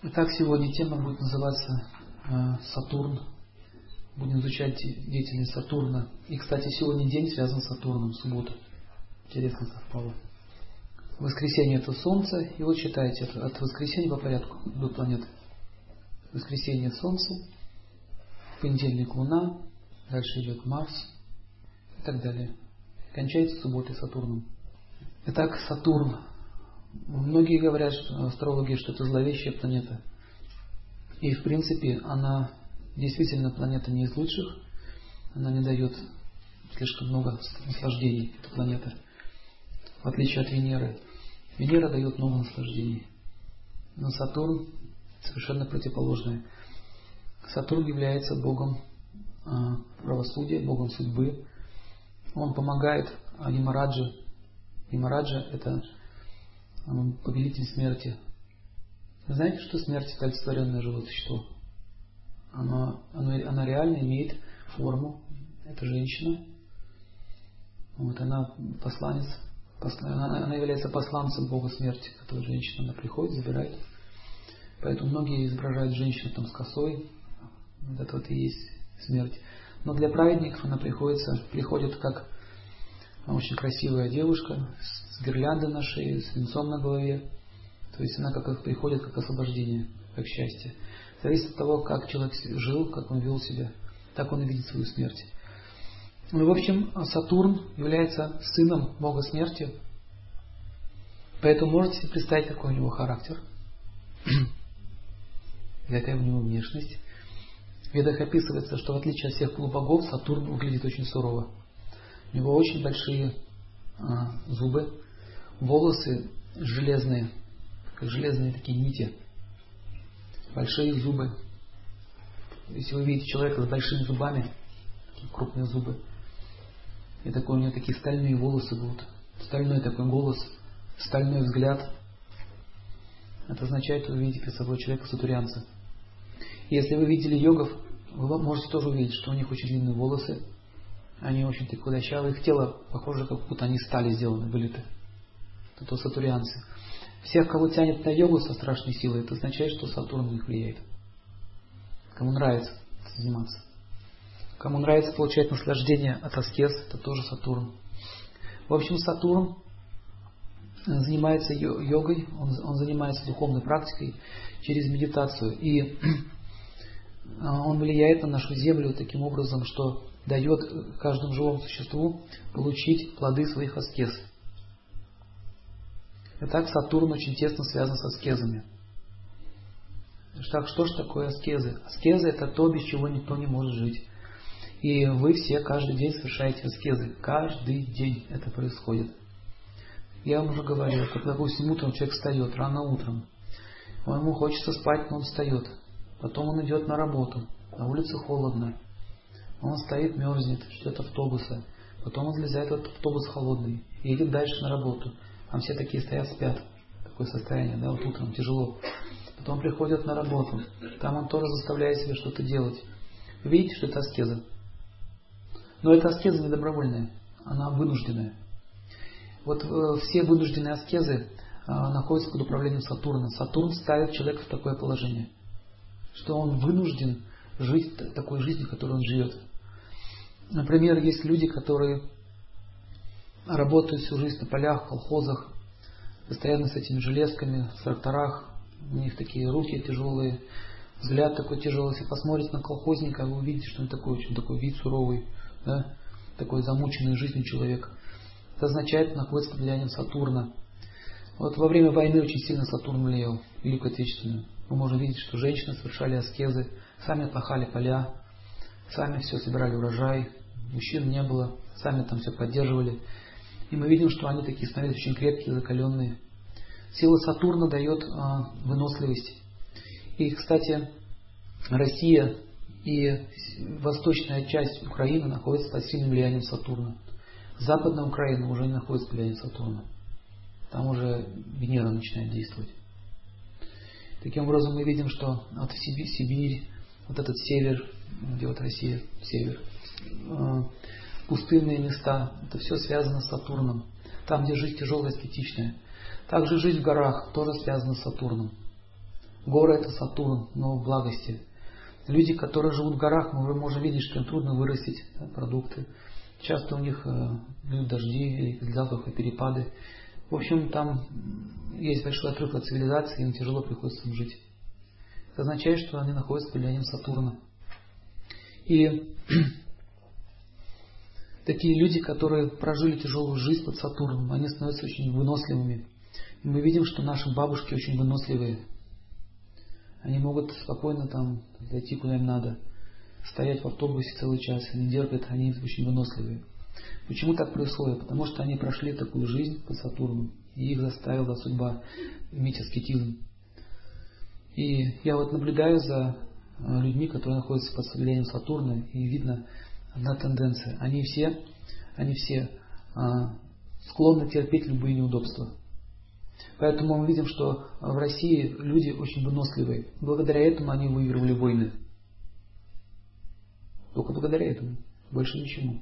Итак, сегодня тема будет называться Сатурн. Будем изучать деятельность Сатурна. И, кстати, сегодня день связан с Сатурном, суббота. Интересно совпало. Воскресенье это Солнце. И вот читайте, от воскресенья по порядку идут планеты. Воскресенье Солнце, понедельник Луна, дальше идет Марс и так далее. Кончается субботой Сатурном. Итак, Сатурн. Многие говорят, астрологи, что это зловещая планета. И в принципе она действительно планета не из лучших. Она не дает слишком много наслаждений, эта планета. В отличие от Венеры. Венера дает много наслаждений. Но Сатурн совершенно противоположное. Сатурн является богом правосудия, богом судьбы. Он помогает Ямараджа. Ямараджа это повелитель смерти. Вы знаете, что смерть это олицетворенное живое существо? Она реально имеет форму. Это женщина. Вот, она посланец. Она является посланцем Бога смерти. Эта женщина, она приходит, забирает. Поэтому многие изображают женщину там с косой. Вот это вот и есть смерть. Но для праведников она приходит как очень красивая девушка с гирляндой на шее, с венцом на голове. То есть она как приходит как освобождение, как счастье. Зависит от того, как человек жил, как он вел себя, так он и видит свою смерть. Ну, в общем, Сатурн является сыном Бога смерти. Поэтому можете себе представить, какой у него характер, какая у него внешность. В Ведах описывается, что в отличие от всех полубогов, Сатурн выглядит очень сурово. У него очень большие зубы, волосы железные, как железные такие нити, большие зубы. Если вы видите человека с большими зубами, такие крупные зубы, и такой у него такие стальные волосы будут, стальной такой голос, стальной взгляд, это означает, что вы видите перед собой человека-сатурянца. Если вы видели йогов, вы можете тоже увидеть, что у них очень длинные волосы, они очень такие худощавые, их тело похоже, как будто они из стали сделаны, вылиты. Это сатурянцы. Всех, кого тянет на йогу со страшной силой, это означает, что Сатурн на них влияет. Кому нравится заниматься. Кому нравится получать наслаждение от аскез, это тоже Сатурн. В общем, Сатурн занимается йогой, он занимается духовной практикой через медитацию. И он влияет на нашу Землю таким образом, что дает каждому живому существу получить плоды своих аскез. Итак, Сатурн очень тесно связан с аскезами. Так, что же такое аскезы? Аскезы это то, без чего никто не может жить. И вы все каждый день совершаете аскезы. Каждый день это происходит. Я вам уже говорил, как, допустим, утром человек встает, рано утром. Ему хочется спать, но он встает. Потом он идет на работу. На улице холодно. Он стоит, мерзнет, ждет автобуса. Потом он залезает в этот автобус холодный и едет дальше на работу. Там все такие стоят, спят. Такое состояние, да, вот утром тяжело. Потом приходят на работу. Там он тоже заставляет себя что-то делать. Вы видите, что это аскеза? Но эта аскеза не добровольная. Она вынужденная. Вот все вынужденные аскезы находятся под управлением Сатурна. Сатурн ставит человека в такое положение, что он вынужден жить такой жизнью, которой он живет. Например, есть люди, которые работают всю жизнь на полях, в колхозах, постоянно с этими железками, в тракторах, у них такие руки тяжелые, взгляд такой тяжелый. Если посмотрите на колхозника, вы увидите, что он такой, очень такой вид суровый, да? Такой замученный жизнью человек. Это означает, что находится под влиянием Сатурна. Вот во время войны очень сильно Сатурн влиял, Великую Отечественную. Мы можем видеть, что женщины совершали аскезы, сами пахали поля, сами все собирали урожай, мужчин не было, сами там все поддерживали. И мы видим, что они такие становились очень крепкие, закаленные. Сила Сатурна дает выносливость. И, кстати, Россия и восточная часть Украины находятся под сильным влиянием Сатурна. Западная Украина уже не находится под влиянием Сатурна. Там уже Венера начинает действовать. Таким образом мы видим, что вот Сибирь, вот этот север, где вот Россия, север, пустынные места, это все связано с Сатурном. Там, где жизнь тяжелая, аскетичная. Также жизнь в горах тоже связана с Сатурном. Горы — это Сатурн, но в благости. Люди, которые живут в горах, мы можем видеть, что им трудно вырастить продукты. Часто у них бьют дожди, или засуха, перепады. В общем, там есть большой отрыв от цивилизации, им тяжело приходится там жить. Это означает, что они находятся под влиянием Сатурна. И такие люди, которые прожили тяжелую жизнь под Сатурном, они становятся очень выносливыми. И мы видим, что наши бабушки очень выносливые. Они могут спокойно там зайти куда им надо, стоять в автобусе целый час, они терпят, они очень выносливые. Почему так происходит? Потому что они прошли такую жизнь под Сатурном, и их заставила судьба иметь аскетизм. И я вот наблюдаю за людьми, которые находятся под влиянием Сатурна, и видно одна тенденция. Они все склонны терпеть любые неудобства. Поэтому мы видим, что в России люди очень выносливые. Благодаря этому они выигрывали войны. Только благодаря этому. Больше ничему.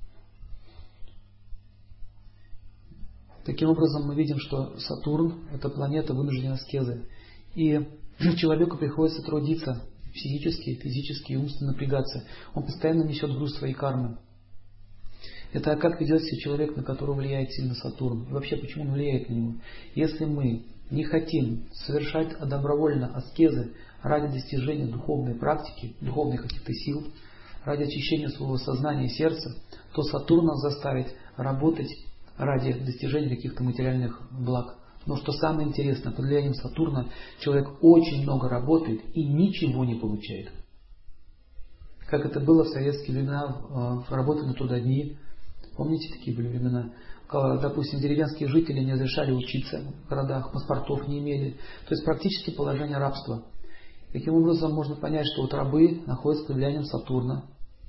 Таким образом, мы видим, что Сатурн – это планета вынужденной аскезы. И человеку приходится трудиться физически, и умственно напрягаться. Он постоянно несет груз своей кармы. Это как ведет себя человек, на которого влияет сильно Сатурн. И вообще, почему он влияет на него? Если мы не хотим совершать добровольно аскезы ради достижения духовной практики, духовных каких-то сил, ради очищения своего сознания и сердца, то Сатурн нас заставит работать ради достижения каких-то материальных благ. Но что самое интересное, под влиянием Сатурна человек очень много работает и ничего не получает. Как это было в советские времена, работы на трудодни. Помните, такие были времена? Допустим, деревенские жители не разрешали учиться в городах, паспортов не имели. То есть практически положение рабства. Таким образом можно понять, что вот рабы находятся под влиянием Сатурна.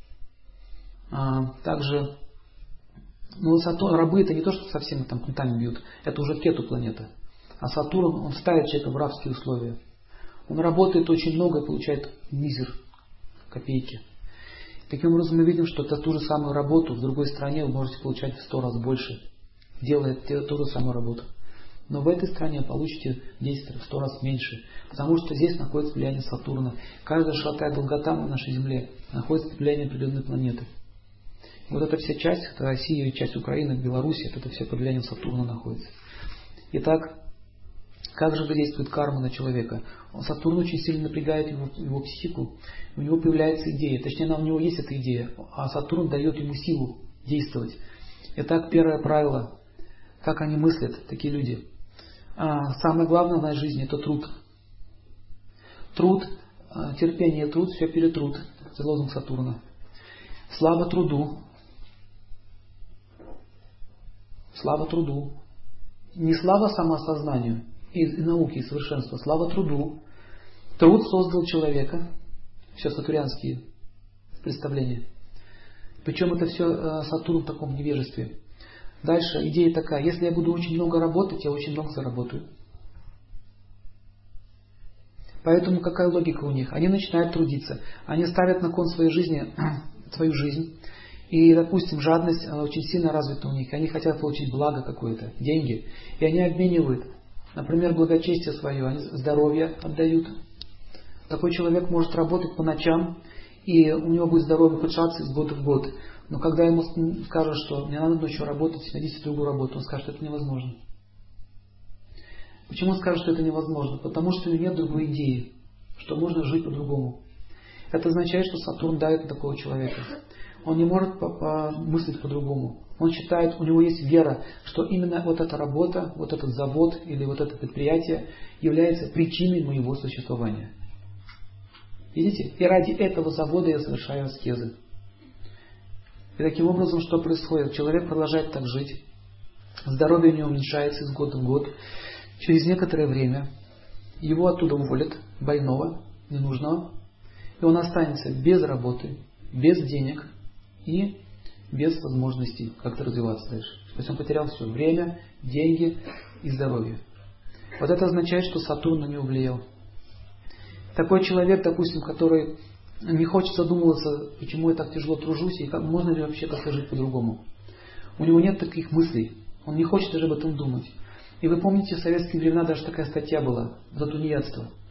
Также рабы это не то, что совсем там кнутами бьют, это уже Кету планета. А Сатурн, он ставит человека в рабские условия. Он работает очень много и получает мизер, копейки. Таким образом мы видим, что это ту же самую работу в другой стране вы можете получать в 100 раз больше, делая ту же самую работу. Но в этой стране получите 10 в 100 раз меньше, потому что здесь находится влияние Сатурна. Каждая широта и долгота на нашей Земле находится под влиянием определенной планеты. И вот эта вся часть, это Россия, часть Украины, Беларуси, это все под влиянием Сатурна находится. Итак, как же действует карма на человека? Сатурн очень сильно напрягает его психику, у него появляется идея, точнее у него есть эта идея, а Сатурн дает ему силу действовать. Итак, первое правило, как они мыслят, такие люди. Самое главное в нашей жизни это труд. Труд, терпение, труд, все перетрут. Это лозунг Сатурна. Слава труду. Слава труду. Не слава самоосознанию и науке, и совершенству, слава труду. Труд создал человека. Все сатурянские представления. Причем это все Сатурн в таком невежестве. Дальше идея такая, если я буду очень много работать, я очень много заработаю. Поэтому какая логика у них? Они начинают трудиться, они ставят на кон своей жизни, свою жизнь. И, допустим, жадность очень сильно развита у них. Они хотят получить благо какое-то, деньги. И они обменивают, например, благочестие свое, они здоровье отдают. Такой человек может работать по ночам, и у него будет здоровье ухудшаться из года в год. Но когда ему скажут, что мне надо ночью работать, найдите другую работу, он скажет, что это невозможно. Почему он скажет, что это невозможно? Потому что у него нет другой идеи, что можно жить по-другому. Это означает, что Сатурн давит на такого человека. Он не может мыслить по-другому. Он считает, у него есть вера, что именно вот эта работа, вот этот завод или вот это предприятие является причиной моего существования. Видите? И ради этого завода я совершаю аскезы. И таким образом, что происходит? Человек продолжает так жить. Здоровье у него уменьшается из года в год. Через некоторое время его оттуда уволят, больного, ненужного. И он останется без работы, без денег и без возможностей как-то развиваться дальше. То есть он потерял все. Время, деньги и здоровье. Вот это означает, что Сатурн на него влиял. Такой человек, допустим, который не хочет задумываться, почему я так тяжело тружусь, и как, можно ли вообще как-то жить по-другому. У него нет таких мыслей. Он не хочет даже об этом думать. И вы помните, в советские времена даже такая статья была за тунеядство.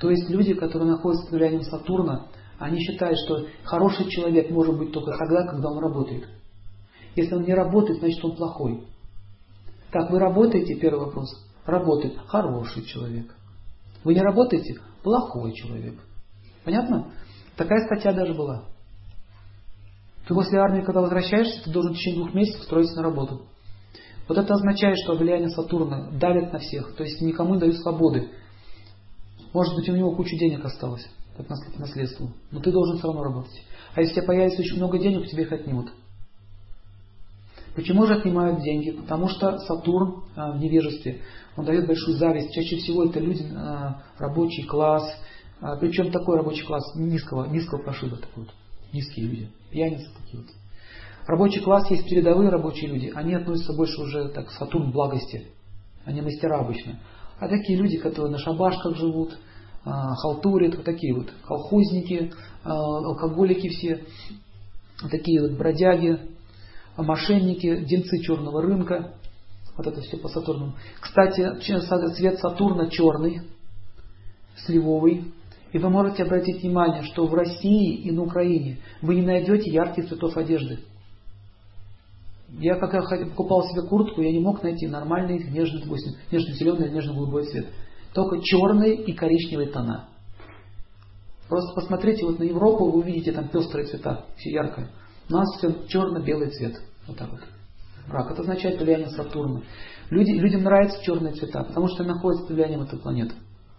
То есть люди, которые находятся под влиянием Сатурна, они считают, что хороший человек может быть только тогда, когда он работает. Если он не работает, значит он плохой. Так, вы работаете? Первый вопрос. Работает. Хороший человек. Вы не работаете? Плохой человек. Понятно? Такая статья даже была. Ты после армии, когда возвращаешься, ты должен в течение 2 месяцев устроиться на работу. Вот это означает, что влияние Сатурна давит на всех. То есть никому не дают свободы. Может быть, у него куча денег осталось, как наследство. Но ты должен все равно работать. А если у тебя появится очень много денег, тебе их отнимут. Почему же отнимают деньги? Потому что Сатурн в невежестве, он дает большую зависть. Чаще всего это люди, рабочий класс. Причем такой рабочий класс низкого пошиба. Такой вот, низкие люди. Пьяницы такие вот. Рабочий класс есть передовые рабочие люди. Они относятся больше уже так к Сатурн благости. Они мастера обычно. А такие люди, которые на шабашках живут, халтурят, вот такие вот колхозники, алкоголики все, такие вот бродяги, мошенники, дельцы черного рынка. Вот это все по Сатурну. Кстати, цвет Сатурна черный, сливовый. И вы можете обратить внимание, что в России и на Украине вы не найдете ярких цветов одежды. Я когда покупал себе куртку, я не мог найти нормальный нежно-зеленый, нежно-голубой цвет. Только черные и коричневые тона. Просто посмотрите вот на Европу, вы увидите там пестрые цвета, все яркое. У нас все черно-белый цвет. Вот так вот. Рак. Это означает влияние Сатурна. Людям нравятся черные цвета, потому что они находятся под влиянием этой планеты.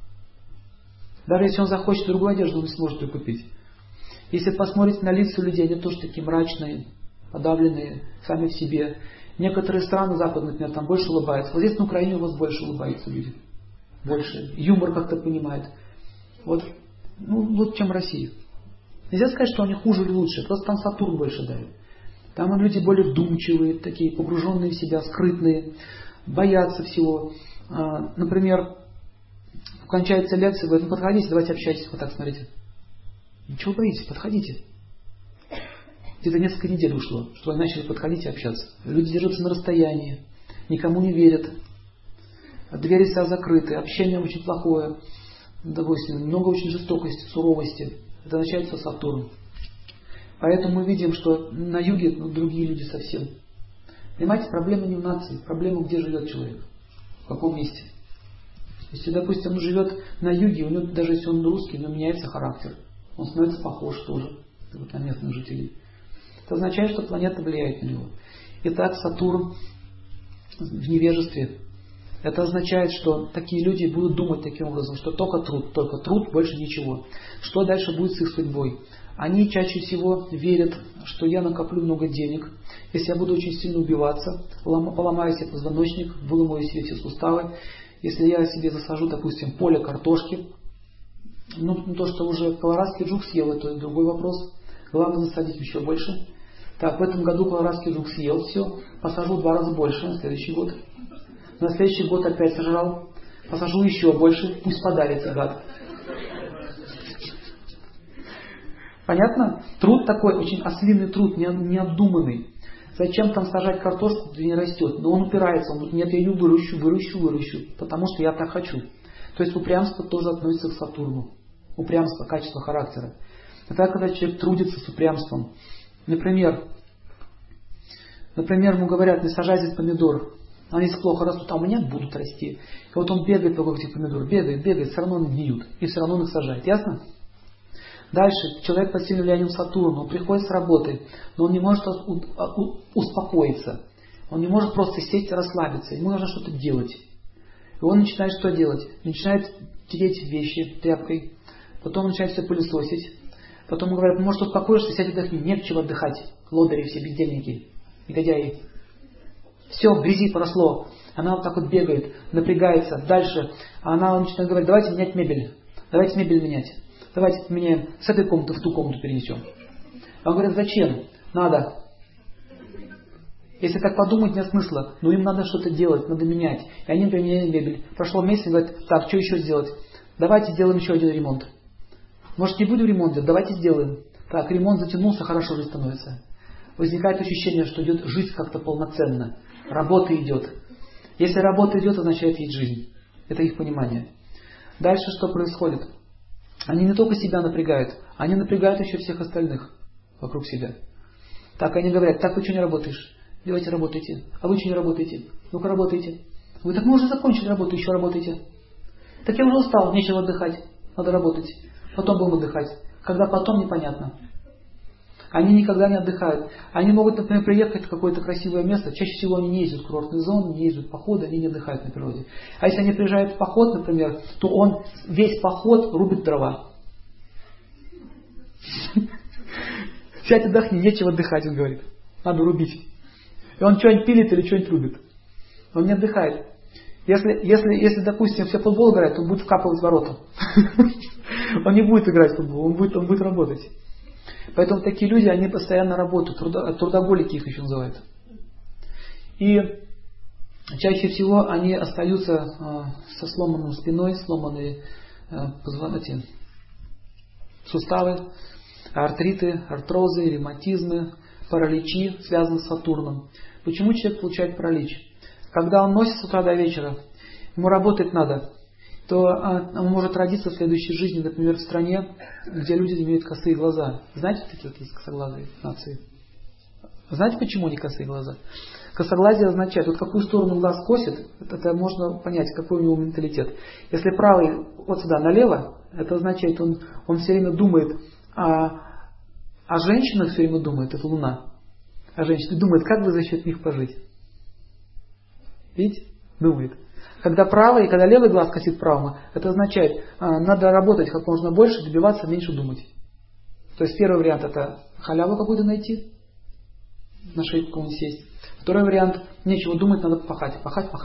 Даже если он захочет другую одежду, он не сможет ее купить. Если посмотрите на лица людей, они тоже такие мрачные, подавленные, сами в себе. Некоторые страны западные, например, там больше улыбаются. Вот здесь на Украине у вас больше улыбаются люди. Больше. Юмор как-то понимает. Вот чем в России. Нельзя сказать, что они хуже или лучше. Просто там Сатурн больше дает. Там люди более вдумчивые, такие погруженные в себя, скрытные, боятся всего. Например, кончается лекция, говорит, подходите, давайте общайтесь. Вот так, смотрите. Ничего боитесь, подходите. Где-то несколько недель ушло, что они начали подходить и общаться. Люди держатся на расстоянии, никому не верят. Двери вся закрыты, общение очень плохое. Допустим, много очень жестокости, суровости. Это начинается Сатурн. Поэтому мы видим, что на юге другие люди совсем. Понимаете, проблема не в нации, проблема, где живет человек, в каком месте. Если, допустим, он живет на юге, у него, даже если он русский, у него меняется характер. Он становится похож тоже на местных жителей. Это означает, что планета влияет на него. Итак, Сатурн в невежестве. Это означает, что такие люди будут думать таким образом, что только труд, больше ничего. Что дальше будет с их судьбой? Они чаще всего верят, что я накоплю много денег, если я буду очень сильно убиваться, поломаю себе позвоночник, выломаю себе все суставы, если я себе засажу, допустим, поле картошки, то, что уже колорадский жук съел, это другой вопрос. Главное засадить еще больше. Так, в этом году колорадский жук съел все, посажу в 2 раза больше на следующий год. На следующий год опять сожрал, посажу еще больше, пусть подарится, гад. Понятно? Труд такой, очень ослиный труд, необдуманный. Зачем там сажать картошку, где не растет? Но он упирается, он говорит, нет, я ее выращу, потому что я так хочу. То есть упрямство тоже относится к Сатурну. Упрямство, качество характера. Это когда человек трудится с упрямством. Например, ему говорят, не сажай здесь помидор. Они плохо растут, а у меня будут расти. И вот он бегает вокруг этих помидор, бегает, все равно они гниют. И все равно он их сажает. Ясно? Дальше, человек под сильным влиянием Сатурна, он приходит с работы, но он не может успокоиться. Он не может просто сесть и расслабиться. Ему нужно что-то делать. И он начинает что делать? Начинает тереть вещи тряпкой. Потом начинает все пылесосить. Потом ему говорят, может успокоишься, сядь отдохни. Нет чего отдыхать. Лодыри все, бездельники, негодяи. Все, в грязи поросло. Она вот так вот бегает, напрягается. Дальше она начинает говорить, давайте менять мебель. Давайте мебель менять. Давайте поменяем, с этой комнаты в ту комнату перенесем. Он говорит, зачем? Надо. Если так подумать, нет смысла. Но им надо что-то делать, надо менять. И они поменяли мебель. Прошло месяц и говорят, так, что еще сделать? Давайте сделаем еще один ремонт. Может, не будем ремонт делать? Давайте сделаем. Так, ремонт затянулся, хорошо жизнь становится. Возникает ощущение, что идет жизнь как-то полноценно. Работа идет. Если работа идет, означает есть жизнь. Это их понимание. Дальше что происходит? Они не только себя напрягают, они напрягают еще всех остальных вокруг себя. Так они говорят: так ты что не работаешь? Давайте работайте. А вы что не работаете? Ну-ка работайте. Вы: так мы уже закончили работу, еще работаете. Так я уже устал, нечего отдыхать, надо работать. Потом будем отдыхать. Когда потом, непонятно. Они никогда не отдыхают. Они могут, например, приехать в какое-то красивое место. Чаще всего они не ездят в курортные зоны, не ездят в походы, они не отдыхают на природе. А если они приезжают в поход, например, то он весь поход рубит дрова. Сядь, отдохни, нечего отдыхать, он говорит. Надо рубить. И он что-нибудь пилит или что-нибудь рубит. Он не отдыхает. Если, допустим, все в футбол играют, он будет вкапывать ворота. Он не будет играть в футбол, он будет работать. Поэтому такие люди, они постоянно работают, трудоголики их еще называют. И чаще всего они остаются со сломанной спиной, сломанные суставы, артриты, артрозы, ревматизмы, параличи, связанные с Сатурном. Почему человек получает паралич? Когда он носит с утра до вечера, ему работать надо, то он может родиться в следующей жизни, например, в стране, где люди имеют косые глаза. Знаете, такие вот есть косоглазые нации? Знаете, почему они косые глаза? Косоглазие означает, вот какую сторону глаз косит, это можно понять, какой у него менталитет. Если правый вот сюда налево, это означает, он все время думает о женщинах, все время думает, это Луна. А женщины думают, как бы за счет них пожить. Видите? Думает. Когда правый, когда левый глаз косит правому, это означает, надо работать как можно больше, добиваться, меньше думать. То есть первый вариант это халяву какую-то найти, на шейку кому-нибудь сесть. Второй вариант, нечего думать, надо пахать.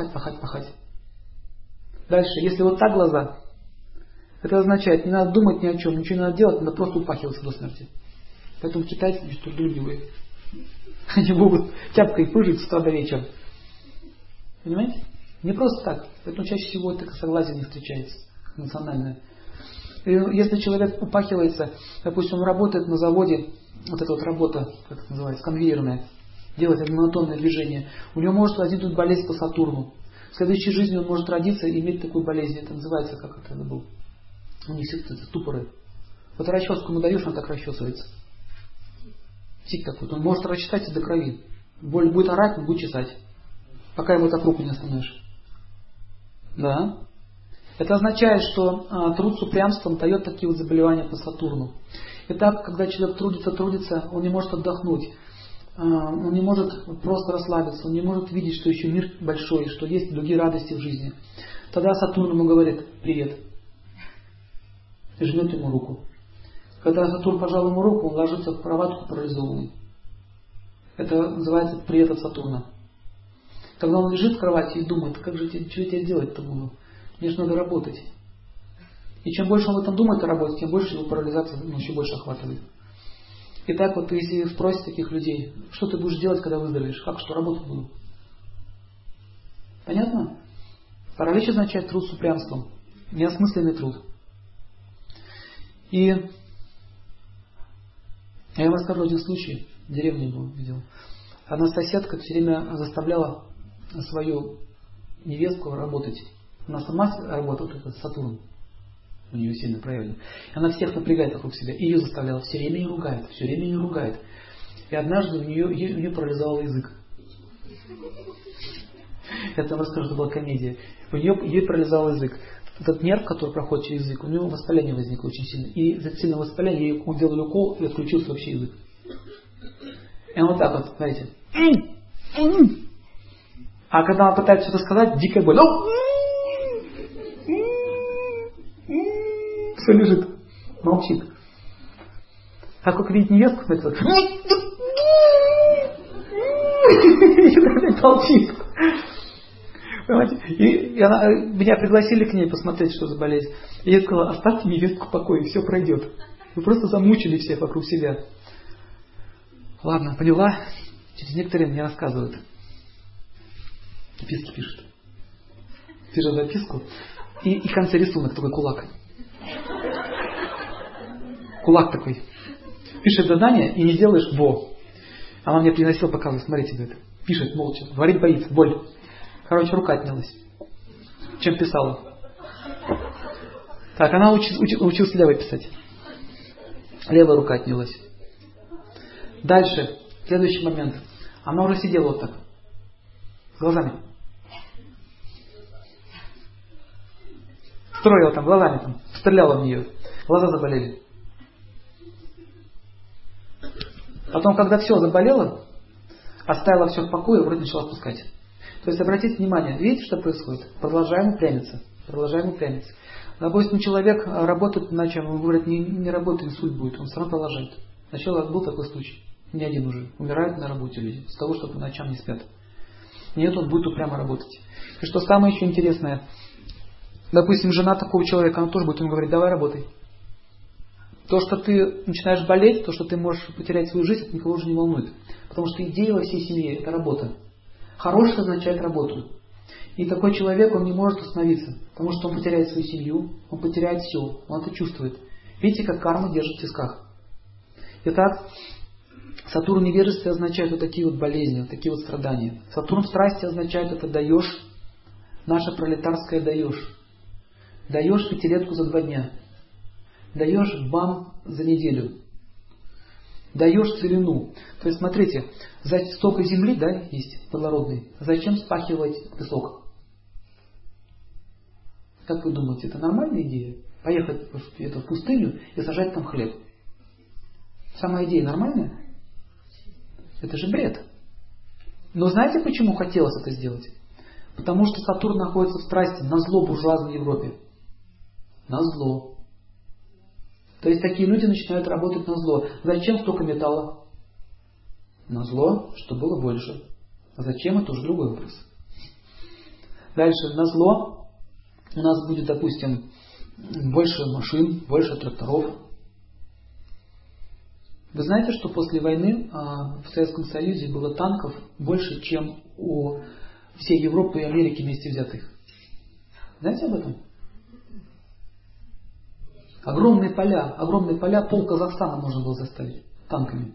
Дальше, если вот так глаза, это означает, не надо думать ни о чем, ничего не надо делать, надо просто упахиваться до смерти. Поэтому китайцы очень трудолюбивые. Они могут тяпкой пыжить с утра до вечера. Понимаете? Не просто так. Поэтому чаще всего это косоглазие не встречается, как национальное. И если человек упахивается, допустим, он работает на заводе, вот эта вот работа, как это называется, конвейерная, делает монотонное движение, у него может возникнуть болезнь по Сатурну. В следующей жизни он может родиться и иметь такую болезнь. Это называется, как это был? У них все это ступоры. Вот расческу надаешь, он так расчесывается. Тик такой. Он может расчесать до крови. Боль будет орать, он будет чесать. Пока ему так руку не остановишь. Да. Это означает, что труд с упрямством дает такие вот заболевания по Сатурну. Итак, когда человек трудится, он не может отдохнуть. Он не может просто расслабиться, он не может видеть, что еще мир большой, что есть другие радости в жизни. Тогда Сатурн ему говорит: привет. И жмет ему руку. Когда Сатурн пожал ему руку, он ложится в кроватку парализованный. Это называется привет от Сатурна. Когда он лежит в кровати и думает: как же что я делать-то буду? Мне же надо работать. И чем больше он об этом думает о работе, тем больше его парализация еще больше охватывает. Итак, вот если спросить таких людей: что ты будешь делать, когда выздоровеешь? Как, что, работать буду? Понятно? Паралич означает труд с упрямством. Неосмысленный труд. И я вам расскажу один случай. В деревне был, видел. Одна соседка все время заставляла свою невестку работать. Она сама работает, это Сатурн. У нее сильно проявлено. И она всех напрягает вокруг себя. И ее заставляла, все время ее ругает. И однажды у нее парализовал язык. Я вам расскажу, это была комедия. Ей парализовал язык. Этот нерв, который проходит через язык, у него воспаление возникло очень сильно. И из-за сильного воспаления ей сделали укол и отключился вообще язык. И он вот так вот, знаете. А когда она пытается что-то сказать, дикая боль. Все лежит, молчит. А как видит невестку, смотрит, и опять молчит. Понимаете? И меня пригласили к ней посмотреть, что за болезнь. И я сказала: оставьте невестку в покое, все пройдет. Вы просто замучили всех вокруг себя. Ладно, поняла. Через некоторое время мне рассказывают. Записки пишут. Пишет записку. И в конце рисунок такой кулак. Кулак такой. Пишет задание и не сделаешь — во. Она мне приносила, показывает: смотрите, говорит. Пишет молча. Говорить боится, боль. Короче, рука отнялась. Чем писала. Так, она училась левой писать. Левая рука отнялась. Дальше, следующий момент. Она уже сидела вот так, с глазами. Строила там, глазами там, стреляла в нее. Глаза заболели. Потом, когда все заболело, оставила все в покое, вроде начала спускать. То есть, обратите внимание, видите, что происходит? Продолжаем упрямиться. Продолжаем упрямиться. Допустим, человек работает ночью, он говорит, не работает, инсульт будет, он все равно продолжает. Сначала был такой случай, не один уже. Умирают на работе люди, с того, что по ночам не спят. Нет, он будет упрямо работать. И что самое еще интересное, допустим, жена такого человека, она тоже будет ему говорить, давай работай. То, что ты начинаешь болеть, то, что ты можешь потерять свою жизнь, это никого уже не волнует. Потому что идея во всей семье – это работа. Хорошее означает работу. И такой человек, он не может остановиться, потому что он потеряет свою семью, он потеряет все, он это чувствует. Видите, как карма держит в тисках. Итак, Сатурн в невежестве означает вот такие вот болезни, вот такие вот страдания. Сатурн в страсти означает это даешь, наше пролетарское даешь. Даешь пятилетку за 2 дня. Даешь бам за неделю. Даешь целину. То есть, смотрите, столько земли, да, есть плодородной. Зачем спахивать песок? Как вы думаете, это нормальная идея? Поехать в пустыню и сажать там хлеб. Сама идея нормальная? Это же бред. Но знаете, почему хотелось это сделать? Потому что Сатурн находится в страсти на зло буржуазной Европе. На зло. То есть такие люди начинают работать на зло. Зачем столько металла? На зло, чтобы было больше. А зачем, это уже другой вопрос. Дальше, на зло у нас будет, допустим, больше машин, больше тракторов. Вы знаете, что после войны в Советском Союзе было танков больше, чем у всей Европы и Америки вместе взятых? Знаете об этом? Огромные поля, пол Казахстана можно было заставить танками.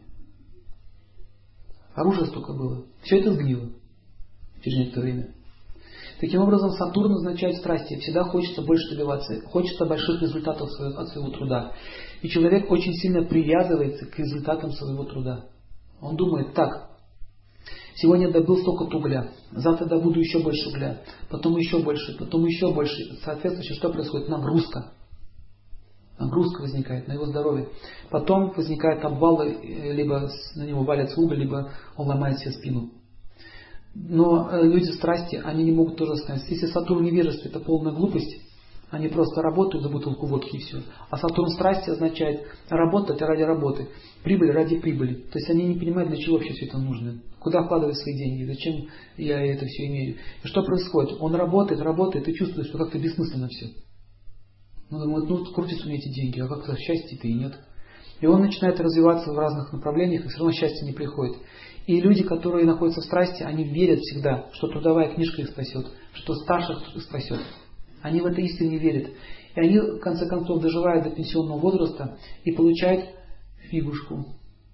Оружия столько было. Все это сгнило через некоторое время. Таким образом, Сатурн означает страсти. Всегда хочется больше добиваться. Хочется больших результатов от своего труда. И человек очень сильно привязывается к результатам своего труда. Он думает, так, сегодня я добыл столько-то угля, завтра добуду еще больше угля, потом еще больше, потом еще больше. Соответственно, что происходит? Нагрузка. Нагрузка возникает на его здоровье. Потом возникают обвалы, либо на него валится уголь, либо он ломает себе спину. Но люди в страсти, они не могут тоже остановиться. Если Сатурн в невежестве, это полная глупость, они просто работают за бутылку водки и все. А Сатурн в страсти означает работать ради работы, прибыль ради прибыли. То есть они не понимают, для чего вообще все это нужно. Куда вкладывать свои деньги, зачем я это все имею. И что происходит? Он работает и чувствует, что как-то бессмысленно все. Он думает, крутятся у меня эти деньги, а как-то счастья-то и нет. И он начинает развиваться в разных направлениях, и все равно счастье не приходит. И люди, которые находятся в страсти, они верят всегда, что трудовая книжка их спасет, что старших их спасет. Они в это искренне верят. И они, в конце концов, доживают до пенсионного возраста и получают фигушку.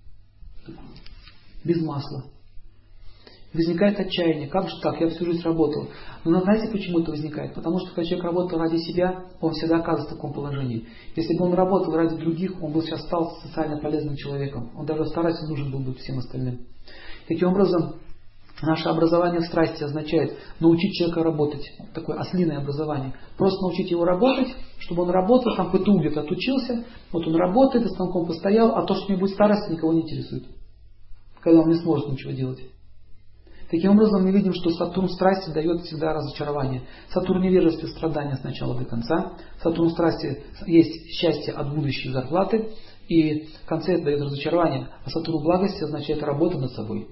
Без масла. Возникает отчаяние. Как же так? Я всю жизнь работал. Но знаете, почему это возникает? Потому что когда человек работал ради себя, он всегда оказывается в таком положении. Если бы он работал ради других, он бы сейчас стал социально полезным человеком. Он даже старательно нужен был бы всем остальным. Таким образом, наше образование в страсти означает научить человека работать. Такое ослиное образование. Просто научить его работать, чтобы он работал, там ПТУ где-то отучился, вот он работает, за станком постоял, а то, что у него будет старость, никого не интересует. Когда он не сможет ничего делать. Таким образом, мы видим, что Сатурн в страсти дает всегда разочарование. Сатурн в невежестве страдания с начала до конца. Сатурн в страсти есть счастье от будущей зарплаты. И в конце это дает разочарование. А Сатурн в благости означает работа над собой.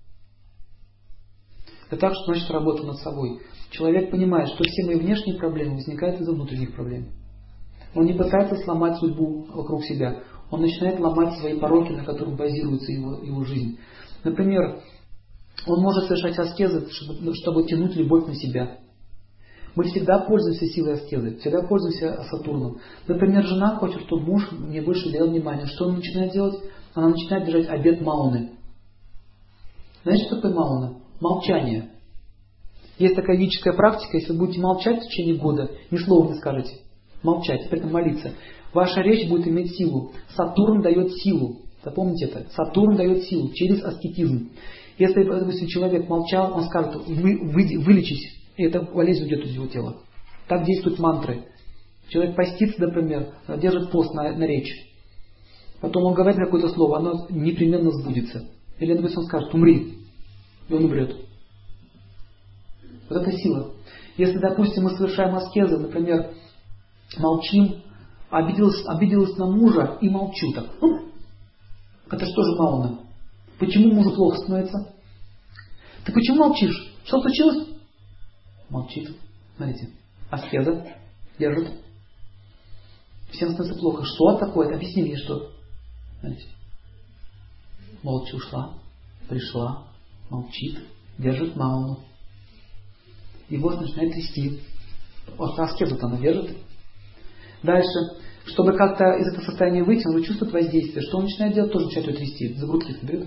Это так, что значит работа над собой. Человек понимает, что все мои внешние проблемы возникают из-за внутренних проблем. Он не пытается сломать судьбу вокруг себя. Он начинает ломать свои пороки, на которых базируется его жизнь. Например, он может совершать аскезы, чтобы тянуть любовь на себя. Мы всегда пользуемся силой аскезы, всегда пользуемся Сатурном. Например, жена хочет, чтобы муж мне больше уделял внимания. Что она начинает делать? Она начинает держать обет Мауны. Знаете, что такое Мауна? Молчание. Есть такая ведическая практика, если вы будете молчать в течение года, ни слова не скажете. молчать, при этом молиться, ваша речь будет иметь силу. Сатурн дает силу. Запомните это. Сатурн дает силу через аскетизм. Если, допустим, человек молчал, он скажет, вылечись, и эта болезнь уйдет из его тела. Так действуют мантры. Человек постится, например, держит пост на речь. Потом он говорит какое-то слово, оно непременно сбудется. Или, допустим, он скажет, умри, и он умрет. Вот это сила. Если, допустим, мы совершаем аскезы, например, молчим, обиделась на мужа и молчу так. Это же тоже мауна. Почему мужу плохо становится? Ты почему молчишь? Что случилось? Молчит. Смотрите. Аскеза. Держит. Всем становится плохо. Что такое? Объясни мне, что. Смотрите. Молча ушла. Пришла. Молчит. Держит мауну. Его начинает трясти. Вот аскезу-то она держит. Дальше. Чтобы как-то из этого состояния выйти, он чувствует воздействие. Что он начинает делать? Тоже начинает ее трясти. За грудки берет.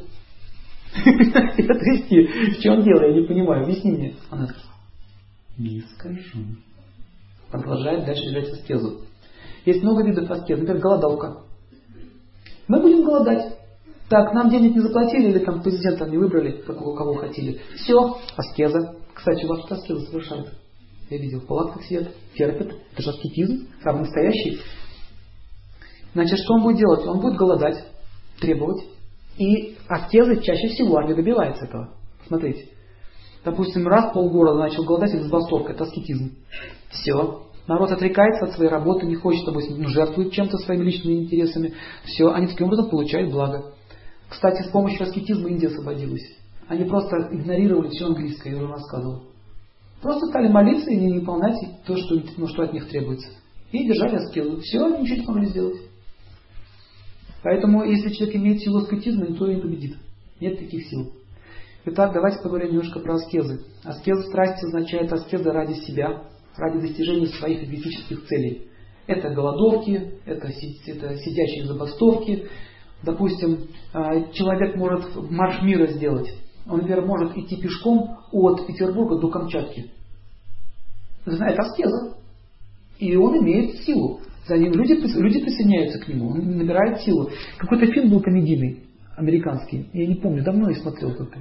Ее трясти. Что он делает? Я не понимаю. Объясни мне. Она не скажу. Продолжает дальше держать аскезу. Есть много видов аскезы. Например, голодовка. Мы будем голодать. Так, нам денег не заплатили, или там президента не выбрали, какого кого хотели. Все, аскеза. Кстати, у вас тут аскеза совершают. Я видел, в палатках сидят, терпят. Это же аскетизм, самый настоящий. Значит, что он будет делать? Он будет голодать, требовать. И аскезы чаще всего они добиваются этого. Смотрите. Допустим, раз полгорода начал голодать из забастовка. Это аскетизм. Все. Народ отрекается от своей работы, не хочет, допустим, жертвует чем-то своими личными интересами. Все. Они таким образом получают благо. Кстати, с помощью аскетизма Индия освободилась. Они просто игнорировали все английское, я уже рассказывал. Просто стали молиться и не выполнять то, что от них требуется. И держали аскезу. Все, они ничего не смогли сделать. Поэтому, если человек имеет силу аскетизма, никто не победит. Нет таких сил. Итак, давайте поговорим немножко про аскезы. Аскеза страсти означает аскеза ради себя, ради достижения своих эгоистических целей. Это голодовки, это сидящие забастовки. Допустим, человек может марш мира сделать. Он, например, может идти пешком от Петербурга до Камчатки. Это аскеза. И он имеет силу. За ним люди присоединяются к нему. Он набирает силу. Какой-то фильм был комедийный, американский. Я не помню, давно я смотрел только.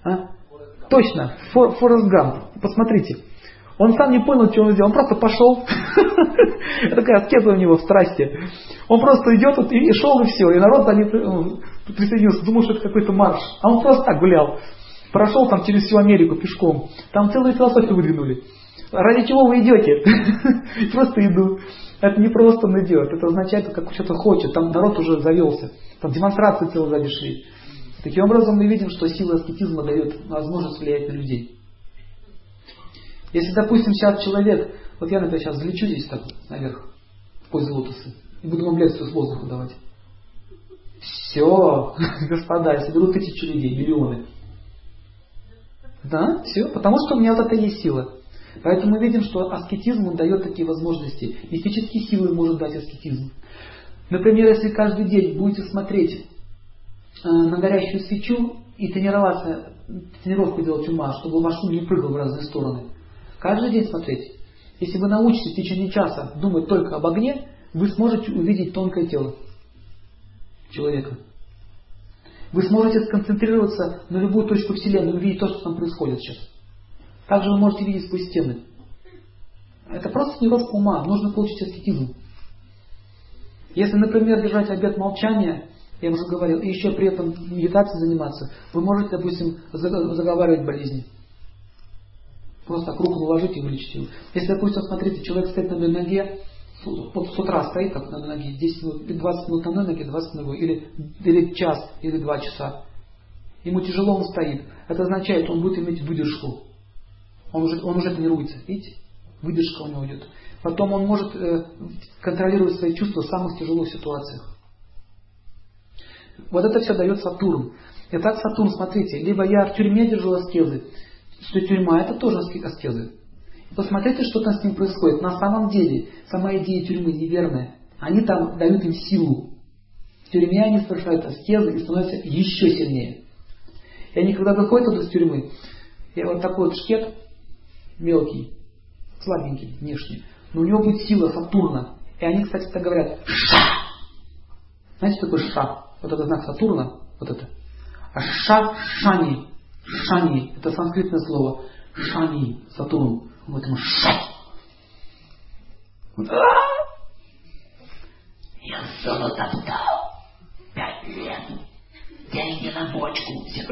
Точно, Форест Гамп. Посмотрите. Он сам не понял, что он сделал. Он просто пошел. Такая аскеза у него в страсти. Он просто идет и шел, и все. И народ за ним присоединился. Думал, что это какой-то марш. А он просто так гулял. Прошел там через всю Америку пешком. Там целую философию выдвинули. Ради чего вы идете? Просто иду. Это не просто он идет. Это означает, как что-то хочет. Там народ уже завелся. Там демонстрации целые сзади шли. Таким образом мы видим, что сила аскетизма дает возможность влиять на людей. Если, допустим, сейчас человек, вот я, например, сейчас взлечу здесь так наверх, в позе лотоса, и буду вам лекцию с воздуха давать. Все, господа, я соберу 1000 людей, миллионы. Да, все, потому что у меня вот это есть сила. Поэтому мы видим, что аскетизм он дает такие возможности. Мистические силы может дать аскетизм. Например, если каждый день будете смотреть на горящую свечу и тренировку делать ума, чтобы ваш ум не прыгал в разные стороны. Каждый день смотреть. Если вы научитесь в течение часа думать только об огне, вы сможете увидеть тонкое тело человека. Вы сможете сконцентрироваться на любую точку Вселенной и увидеть то, что там происходит сейчас. Также вы можете видеть сквозь стены. Это просто тренировка ума. Нужно получить аскетизм. Если, например, держать обет молчания, я уже говорил, и еще при этом медитацией заниматься, вы можете, допустим, заговаривать болезни. Просто так руку наложить и вылечить его. Если, допустим, смотрите, человек стоит на одной ноге, с утра стоит так на ноге, 10 минут, 20 минут на одной ноге, 20 на другой, или час, или 2 часа. Ему тяжело, он стоит. Это означает, он будет иметь выдержку. Он уже тренируется. Видите? Выдержка у него идет. Потом он может контролировать свои чувства в самых тяжелых ситуациях. Вот это все дает Сатурн. Итак, Сатурн, смотрите, либо я в тюрьме держу аскезы, что тюрьма это тоже аскезы. Посмотрите, что там с ним происходит. На самом деле, сама идея тюрьмы неверная. Они там дают им силу. В тюрьме они совершают аскезы и становятся еще сильнее. И они, когда выходят из тюрьмы, я вот такой вот шкет, мелкий, слабенький внешне, но у него будет сила Сатурна. И они, кстати, так говорят «ша». Знаете, что такое «ша»? Вот это знак Сатурна, вот это. А «ша» — «шани». «Шани» — это санскритное слово. «Шани» — Сатурн. Вот ему «ша». Вот. Я золото вдал 5 лет. Деньги на бочку.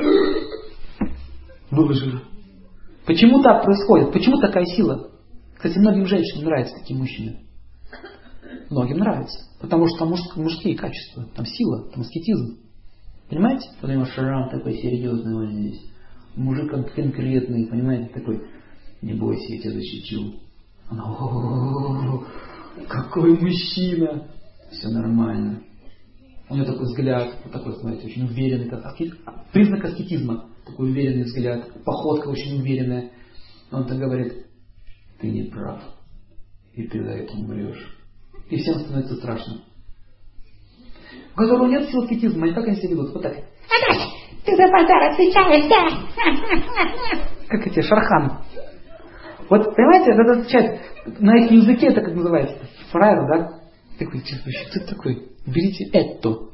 Выложили. Почему так происходит? Почему такая сила? Кстати, многим женщинам нравятся такие мужчины. Многим нравится. Потому что там мужские качества. Там сила, там аскетизм. Понимаете? Потому что шрам такой серьезный вот здесь. Мужик конкретный, понимаете, такой. Не бойся, я тебя защитил. Она, о-о-о-о, какой мужчина. Все нормально. У него такой взгляд, вот такой, смотрите, очень уверенный. Признак аскетизма. Такой уверенный взгляд. Походка очень уверенная. Он так говорит: ты не прав. И ты за это умрешь. И всем становится страшно. У которого нет сил аскетизма, и как они себя ведут? Вот так. Ты за базар отвечаешь, да? Как эти, Шархан. Вот, понимаете, это означает, на их языке это как называется? Фраер, да? Такой, что это такой? Берите это.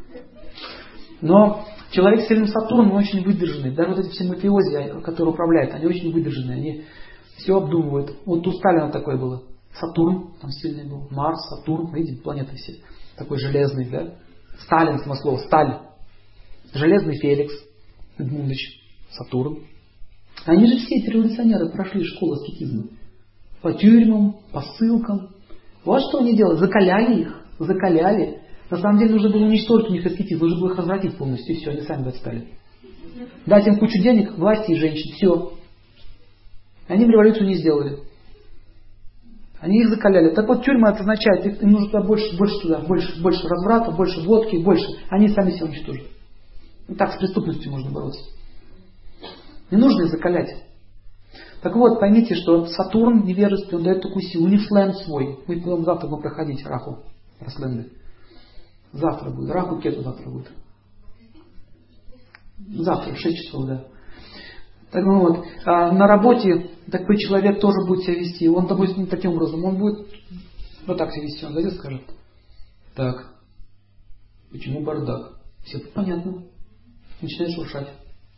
Но человек с сильным Сатурном, он очень выдержанный. Даже вот эти все мафиози, которые управляют, они очень выдержанные. Они все обдумывают. Вот у Сталина такое было. Сатурн там сильный был. Марс, Сатурн, видите, планеты все. Такой железный, да? Сталин, само слово, сталь. Железный Феликс, Эдмундович, Сатурн. Они же все эти революционеры прошли школу аскетизма. По тюрьмам, по ссылкам. Вот что они делали. Закаляли их. Закаляли. На самом деле нужно было уничтожить у них аскетизм. Нужно было их развратить полностью. И все, они сами бы отстали. Дать им кучу денег, власти и женщин. Все. Они им революцию не сделали. Они их закаляли. Так вот, тюрьма это означает, им нужно туда больше разврата, больше водки, больше. Они сами себя уничтожат. И так с преступностью можно бороться. Не нужно их закалять. Так вот, поймите, что Сатурн невежественный, он дает такую силу. У них сленг свой. Мы потом завтра будем проходить Раху. Про сленги. Завтра будет. Раху Кету завтра будет. Завтра, в 6 часов, да. Так вот, на работе такой человек тоже будет себя вести. Он, допустим, таким образом, он будет вот так себя вести. Он зайдет и скажет: так, почему бардак? Все понятно. Начинает шуршать.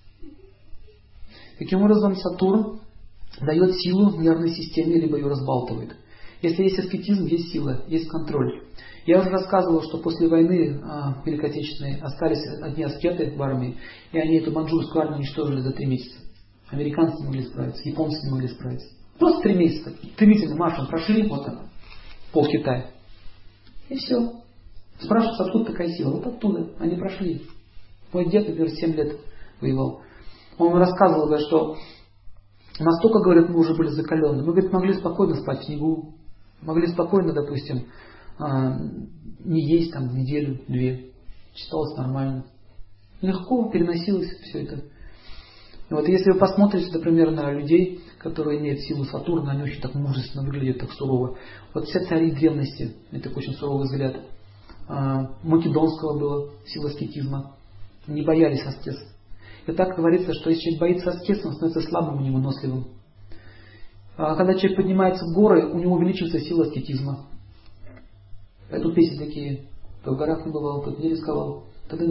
Таким образом, Сатурн дает силу нервной системе, либо ее разбалтывает. Если есть аскетизм, есть сила, есть контроль. Я уже рассказывал, что после войны Великой Отечественной остались одни аскеты в армии, и они эту маньчжурскую армию уничтожили за 3 месяца. Американцы не могли справиться, японцы не могли справиться. Просто 3 месяца. Стремительно маршем прошли, вот так, пол Китая. И все. Спрашивают, откуда такая сила? Вот оттуда. Они прошли. Мой дед, например, 7 лет воевал. Он рассказывал, говорит, что настолько, говорит, мы уже были закалены. Мы, говорит, могли спокойно спать в снегу. Могли спокойно, допустим, не есть там неделю-две. Читалось нормально. Легко переносилось все это. И вот если вы посмотрите, например, на людей, которые имеют силу Сатурна, они очень так мужественно выглядят, так сурово. Вот все цари древности, это такой очень суровый взгляд. Македонского было сила аскетизма. Не боялись аскез. И так говорится, что если человек боится аскеза, он становится слабым и невыносливым. Когда человек поднимается в горы, у него увеличивается сила аскетизма. Тут песни такие: кто в горах не бывал, тот не рисковал.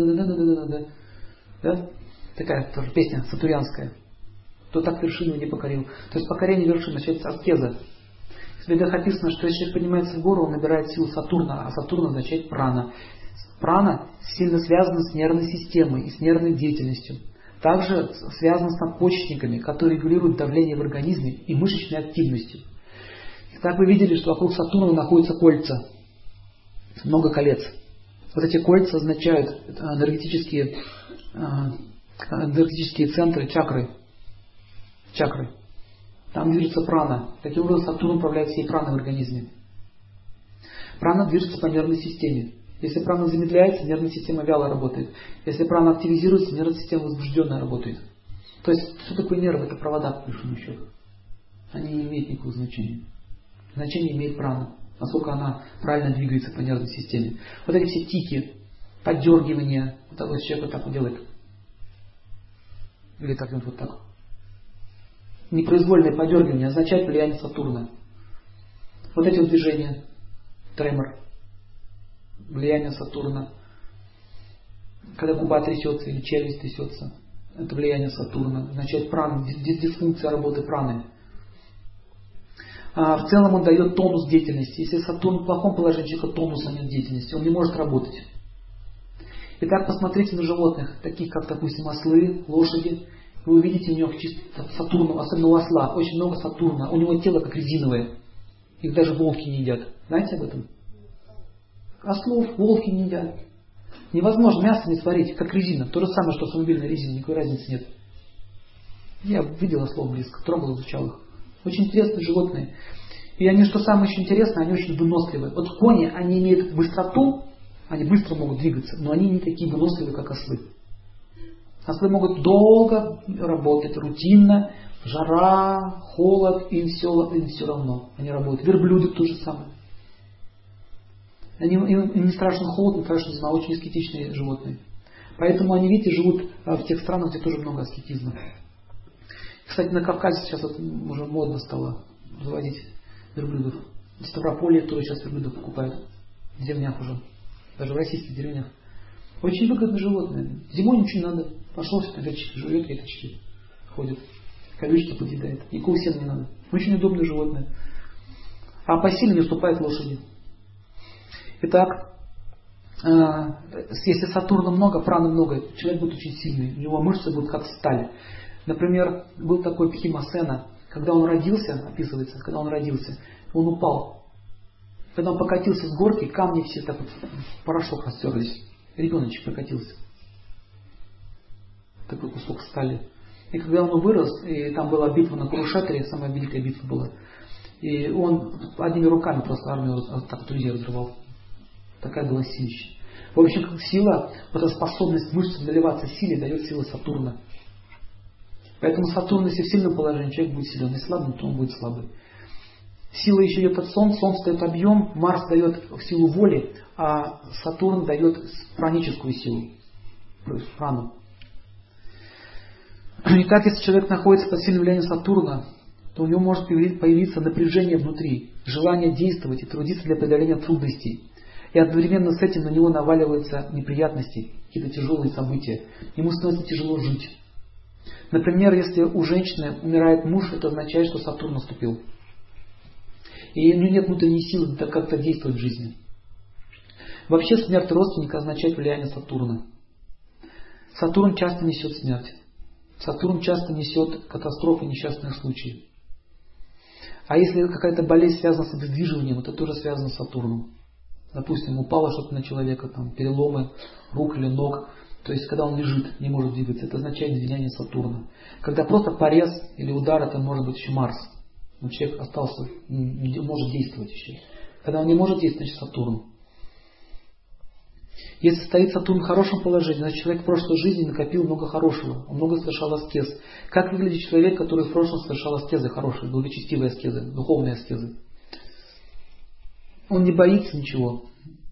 Да? Такая тоже песня сатурянская. Кто так вершину не покорил. То есть покорение вершины начинается аскеза. В ведах описано, что если человек поднимается в гору, он набирает силу Сатурна, а Сатурн означает прана. Прана сильно связана с нервной системой и с нервной деятельностью. Также связана с надпочечниками, которые регулируют давление в организме и мышечной активностью. Так вы видели, что вокруг Сатурна находятся кольца. Много колец. Вот эти кольца означают энергетические центры, чакры. Чакры. Там движется прана. Таким образом, Сатурн управляет всей праной в организме. Прана движется по нервной системе. Если прана замедляется, нервная система вяло работает. Если прана активизируется, нервная система возбужденно работает. То есть, что такое нервы? Это провода, по большому счету. Они не имеют никакого значения. Значение имеет прана. Насколько она правильно двигается по нервной системе. Вот эти все тики, поддергивания. Вот так вот человек вот так вот делает. Или так вот так. Непроизвольное подергивание означает влияние Сатурна. Вот эти вот движения. тремор, влияние Сатурна. Когда губа трясется или челюсть трясется, это влияние Сатурна. Означает прана, дисфункция работы праны. В целом он дает тонус деятельности. Если Сатурн в плохом положении, человека тонуса нет деятельности, он не может работать. Итак, посмотрите на животных, таких как, допустим, ослы, лошади. Вы увидите у них чисто Сатурна, особенно у осла, очень много Сатурна. У него тело как резиновое. Их даже волки не едят. Знаете об этом? Ослов волки не едят. Невозможно мясо не сварить, как резина. То же самое, что автомобильная резина, никакой разницы нет. Я видел ослов близко, трогал, изучал их. Очень интересные животные. И они, что самое еще интересное, они очень выносливые. Вот кони, они имеют быстроту, они быстро могут двигаться, но они не такие выносливые, как ослы. Ослы могут долго работать, рутинно, жара, холод, им все равно. Они работают. Верблюды то же самое. Им не страшно холод, не страшно зима, очень аскетичные животные. Поэтому они, видите, живут в тех странах, где тоже много аскетизма. Кстати, на Кавказе сейчас уже модно стало заводить верблюдов. В Ставрополье тоже сейчас верблюдов покупают. В деревнях уже. Даже в российских деревнях. Очень выгодные животные. Зимой ничего не надо. Пошел себе веточки, жует веточки. Ходит. Колючки подъедает. Никакого сена не надо. Очень удобные животные. А по силе не уступает лошади. Итак, если Сатурна много, праны много, человек будет очень сильный. У него мышцы будут как сталь. Например, был такой Пхимасена, когда он родился, описывается, когда он родился, он упал. Когда он покатился с горки, камни все так вот в порошок растерлись. Ребеночек прокатился. Такой кусок стали. И когда он вырос, и там была битва на Курушетре, самая великая битва была, и он одними руками просто армию так вот людей разрывал. Такая была силища. В общем, как сила, вот эта способность мышц наливаться силой дает сила Сатурна. Поэтому Сатурн, если в сильном положении, человек будет силен, если слабым, то он будет слабый. Сила еще идет от Солнца, Солнце дает объем, Марс дает силу воли, а Сатурн дает праническую силу, прану. Итак, если человек находится под сильным влиянием Сатурна, то у него может появиться напряжение внутри, желание действовать и трудиться для преодоления трудностей. И одновременно с этим на него наваливаются неприятности, какие-то тяжелые события. Ему становится тяжело жить. Например, если у женщины умирает муж, это означает, что Сатурн наступил. И у нее нет внутренней силы как-то действовать в жизни. Вообще смерть родственника означает влияние Сатурна. Сатурн часто несет смерть. Сатурн часто несет катастрофы, несчастные случаи. А если какая-то болезнь связана с обездвиживанием, это тоже связано с Сатурном. Допустим, упало что-то на человека, там, переломы рук или ног. То есть, когда он лежит, не может двигаться, это означает влияние Сатурна. Когда просто порез или удар, это может быть еще Марс. Но человек остался, не может действовать еще. Когда он не может действовать, значит Сатурн. Если стоит Сатурн в хорошем положении, значит человек в прошлой жизни накопил много хорошего. Он много совершал аскез. Как выглядит человек, который в прошлом совершал аскезы хорошие, благочестивые аскезы, духовные аскезы? Он не боится ничего.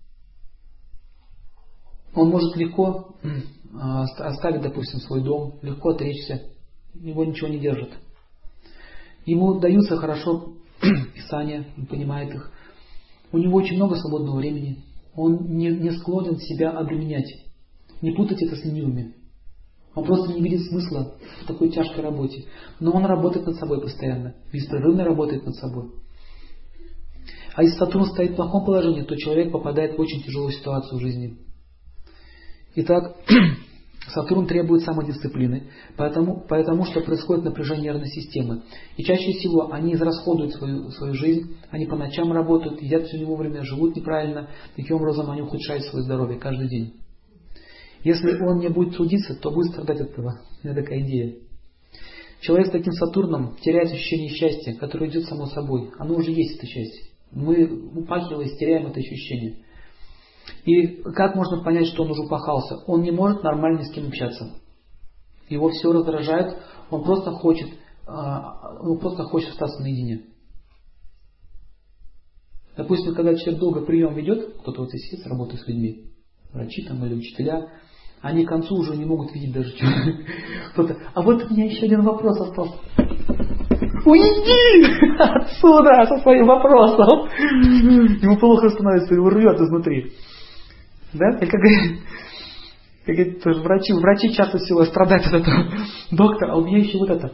Он может легко оставить, допустим, свой дом, легко отречься. Его ничего не держит. Ему даются хорошо писания, он понимает их. У него очень много свободного времени. Он не склонен себя обременять. Не путать это с ленивыми. Он просто не видит смысла в такой тяжкой работе. Но он работает над собой постоянно. Беспрерывно работает над собой. А если Сатурн стоит в плохом положении, то человек попадает в очень тяжелую ситуацию в жизни. Итак, Сатурн требует самодисциплины, потому что происходит напряжение нервной системы. И чаще всего они израсходуют свою жизнь, они по ночам работают, едят все не вовремя, живут неправильно. Таким образом они ухудшают свое здоровье каждый день. Если он не будет трудиться, то будет страдать от этого. Это такая идея. Человек с таким Сатурном теряет ощущение счастья, которое идет само собой. Оно уже есть, это счастье. Мы, упахиваясь, теряем это ощущение. И как можно понять, что он уже упахался? Он не может нормально с кем общаться. Его все раздражает, он просто хочет остаться наедине. Допустим, когда человек долго прием ведет, кто-то вот здесь работает с людьми, врачи там или учителя, они к концу уже не могут видеть даже кто-то. А вот у меня еще один вопрос остался. уйди отсюда со своим вопросом. Ему плохо становится, его рвет изнутри. Да? И как говорит, врачи часто всего страдают от этого. Доктор, а у меня еще вот это.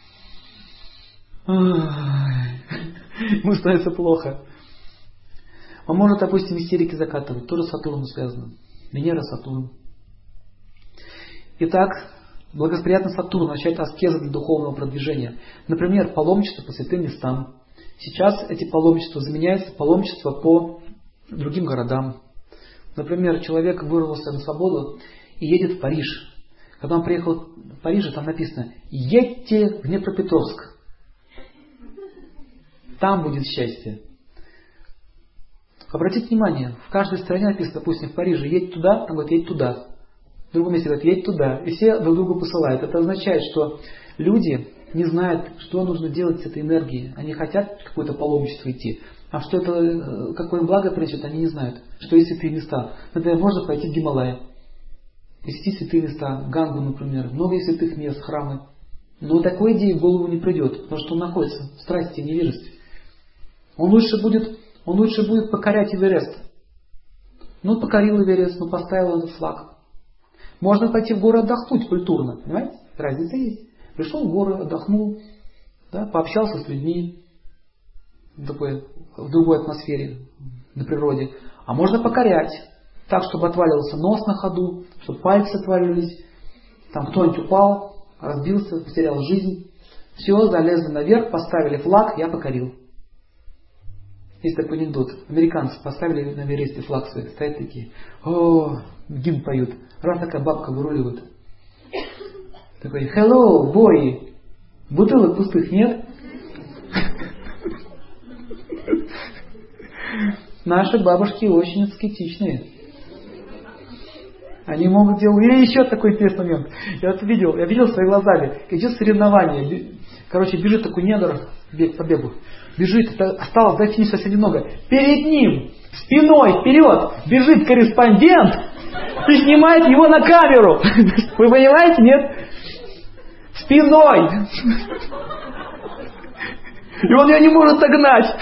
Ему становится плохо. Он может, допустим, истерики закатывать. Тоже с Сатурном связано. Венера, Сатурн. Итак, благоприятный Сатурн означает аскеза для духовного продвижения. Например, паломничество по святым местам. Сейчас эти паломничества заменяются паломничество по другим городам. Например, человек вырвался на свободу и едет в Париж. Когда он приехал в Париж, там написано: едьте в Днепропетровск. Там будет счастье. Обратите внимание, в каждой стране написано, допустим, в Париже едь туда, там говорит едь туда. В другом месте говорят едь туда. И все друг другу посылают. Это означает, что люди не знают, что нужно делать с этой энергией. Они хотят в какое-то паломничество идти. А что это, какое им благо принесет, они не знают. Что есть святые места. Например, можно пойти в Гималай. Посетить святые места. Гангу, например. Много есть святых мест, храмы. Но такой идеи в голову не придет. Потому что он находится в страсти и невежестве. Он лучше будет покорять Эверест. Ну, покорил Эверест, ну, поставил этот флаг. Можно пойти в горы отдохнуть культурно. Понимаете? Разница есть. Пришел в горы, отдохнул, да, пообщался с людьми в другой атмосфере, на природе. А можно покорять. Так, чтобы отваливался нос на ходу, чтобы пальцы отвалились. Там кто-нибудь упал, разбился, потерял жизнь. Все, залезли наверх, поставили флаг, я покорил. Есть такой анекдот. Американцы поставили на Эвересте флаг свой. Стоят такие. О, гимн поют. Раз такая бабка выруливает. Такой: hello, boy. Бутылок пустых нет? Наши бабушки очень аскетичные. Они могут делать... Или еще такой интересный момент. Я видел своими глазами. Идет соревнование. Короче, бежит такой негр по бегу. Бежит, осталось до финиша совсем немного. Перед ним, спиной вперед, бежит корреспондент и снимает его на камеру. Вы понимаете, нет? Спиной. И он ее не может догнать.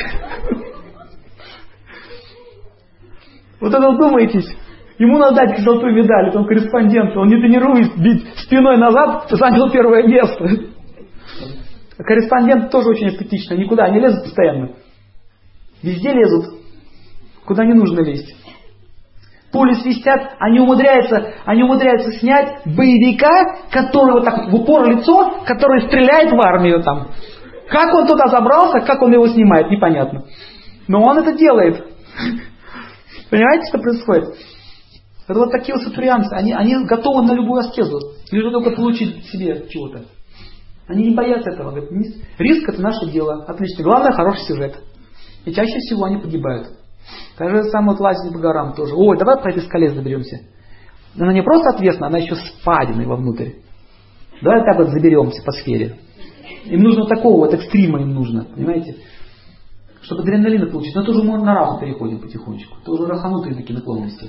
Вот это думаетесь. Ему надо дать золотую медаль, этому корреспонденту. Он не тренирует бить спиной назад, занял первое место. Корреспондент тоже очень эстетично. Никуда не лезут постоянно. Везде лезут. Куда не нужно лезть. Пули свистят. Они умудряются снять боевика, который вот так в упор лицо, который стреляет в армию там. Как он туда забрался, как он его снимает, непонятно. Но он это делает. Понимаете, что происходит? Это вот такие вот сатурянцы. Они готовы на любую аскезу. Лишь бы только получить себе чего-то. Они не боятся этого. Говорят, риск — это наше дело. Отлично. Главное — хороший сюжет. И чаще всего они погибают. Так же самое вот лазить по горам тоже. Ой, давай по этой скале заберемся. Она не просто отвесная, она еще с впадиной вовнутрь. Давай так вот заберемся по сфере. Им нужно такого вот экстрима, им нужно. Понимаете? Чтобы адреналина получить. Но это уже можно на разум переходим потихонечку. Это уже раханутые такие наклонности.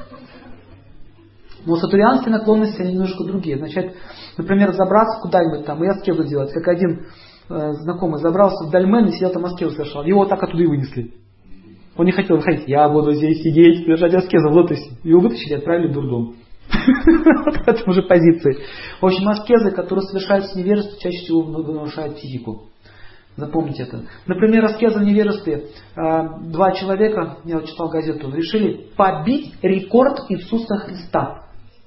Но сатурянские наклонности, они немножко другие. Значит, например, забраться куда-нибудь там и аскезу делать. Как один знакомый забрался в Дальмен и сидел там аскезу совершал. Его так оттуда и вынесли. Он не хотел выходить. Я буду здесь сидеть, держать аскезу в лотосе. Его вытащили и отправили в дурдом. В этом же позиции. В общем, аскезы, которые совершаются в невежестве, чаще всего нарушают психику. Запомните это. Например, аскеза в невежестве. 2 человека, я вот читал газету, решили побить рекорд Иисуса Христа.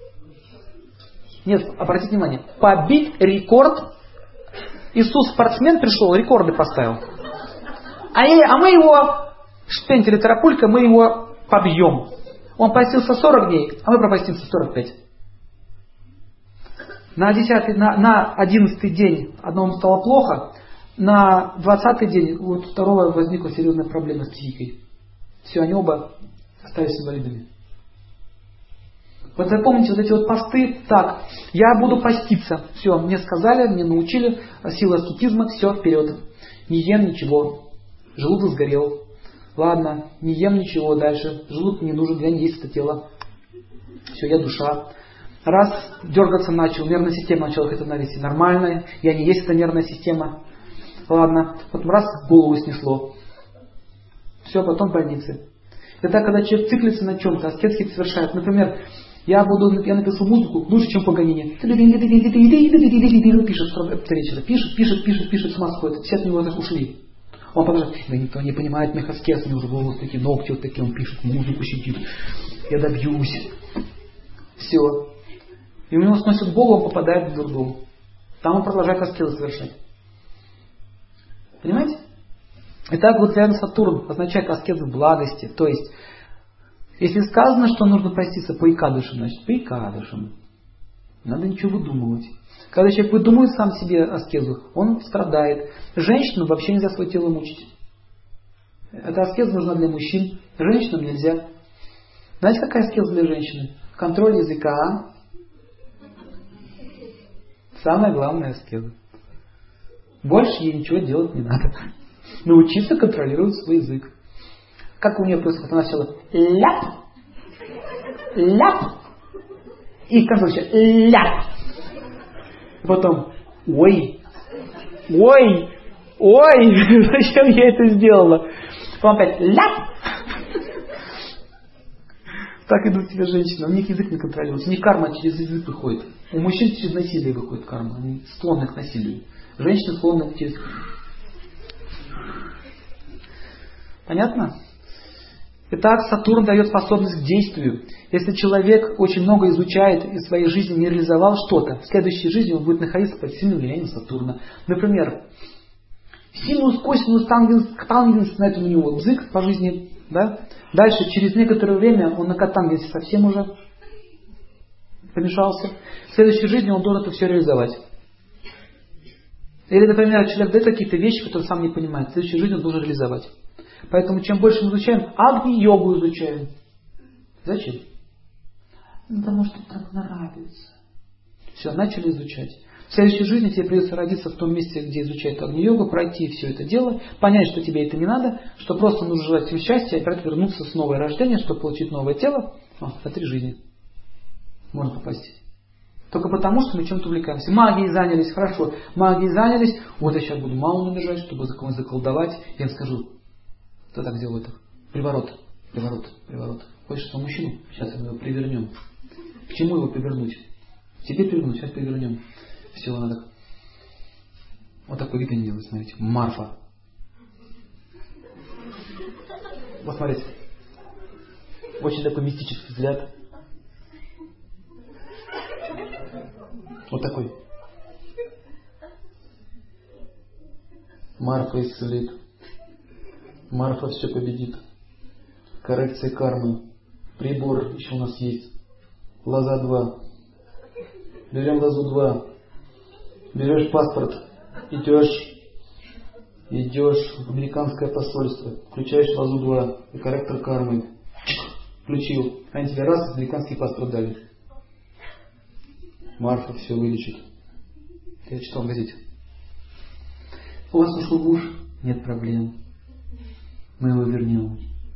Нет, обратите внимание. Побить рекорд. Иисус спортсмен пришел, рекорды поставил. А мы его, Шпентель и Тарапулька, мы его побьем. Он постился 40 дней, а мы пропастимся 45. На 11-й день одному стало плохо. На 20-й день у второго возникла серьезная проблема с психикой. Все, они оба остались инвалидами. Вот запомните вот эти вот посты. Так, я буду поститься. Все, мне сказали, мне научили. Сила аскетизма, все, вперед. Не ем ничего. Желудок сгорел. Ладно, не ем ничего дальше. Желудок не нужен, я не есть это тело. Все, я душа. Раз дергаться начал, нервная система начала хоть навести. Нормально, я не есть эта нервная система. Ладно, потом раз голову снесло. Все, потом в больнице. Это когда человек циклится на чем-то, аскез какие-то совершает. Например, я напишу музыку лучше, чем Паганини. Пишет, с ума сходит. Все от него ушли. Он покажет, да никто не понимает мехаскез, у него уже волосы такие, ногти вот такие, он пишет, музыку сидит. Я добьюсь. Все. И у него сносит голову, он попадает в дурдом. Там он продолжает аскезы совершать. Понимаете? Итак, вот рядом Сатурн означает аскезы благости. То есть, если сказано, что нужно проститься по икадышам, значит по икадышам. Не надо ничего выдумывать. Когда человек выдумывает сам себе аскезу, он страдает. Женщинам вообще нельзя свое тело мучить. Эта аскеза нужна для мужчин. Женщинам нельзя. Знаете, какая аскеза для женщины? Контроль языка. Самая главная аскеза. Больше ей ничего делать не надо. Научиться контролировать свой язык. Как у нее происходит? Она сначала ляп, ляп, и в конце еще ляп. И потом ой, ой, ой, зачем я это сделала? Потом опять ляп. Так идут тебе женщины. У них язык не контролируется. У них карма через язык выходит. У мужчин через насилие выходит карма. Они склонны к насилию. Женщины склонны через... Понятно? Итак, Сатурн дает способность к действию. Если человек очень много изучает и в своей жизни не реализовал что-то, в следующей жизни он будет находиться под сильным влиянием Сатурна. Например, синус, косинус, тангенс, на этом у него язык по жизни. Да? Дальше, через некоторое время, он на котангенсе совсем уже помешался. В следующей жизни он должен это все реализовать. Или, например, человек дает какие-то вещи, которые сам не понимает. В следующей жизни он должен реализовать. Поэтому чем больше мы изучаем, Агни-йогу изучаем. Зачем? Потому что так нравится. Все, начали изучать. В следующей жизни тебе придется родиться в том месте, где изучают Агни-йогу, пройти все это дело, понять, что тебе это не надо, что просто нужно желать всем счастья, и опять вернуться с новое рождение, чтобы получить новое тело. За 3 жизни можно попасть. Только потому, что мы чем-то увлекаемся. Магией занялись, хорошо. Магией занялись, вот я сейчас буду маму держать, чтобы заколдовать. Я им скажу, кто так делает? Приворот, приворот, приворот. Хочешь своего мужчину? Сейчас мы его привернем. К чему его привернуть? Тебе привернуть, сейчас привернем. Все, она так. Вот такой вид они делают, смотрите. Марфа. Вот смотрите. Очень такой мистический взгляд. Вот такой. Марфа исцелит. Марфа все победит. Коррекция кармы. Прибор еще у нас есть. Лоза 2. Берем лозу 2. Берешь паспорт. Идешь в американское посольство. Включаешь лозу 2. И корректор кармы. Включил. Они тебе раз, американский паспорт дали. Марфа все вылечит. Я читал в газете. У вас ушел муж? Нет проблем. Мы его вернем.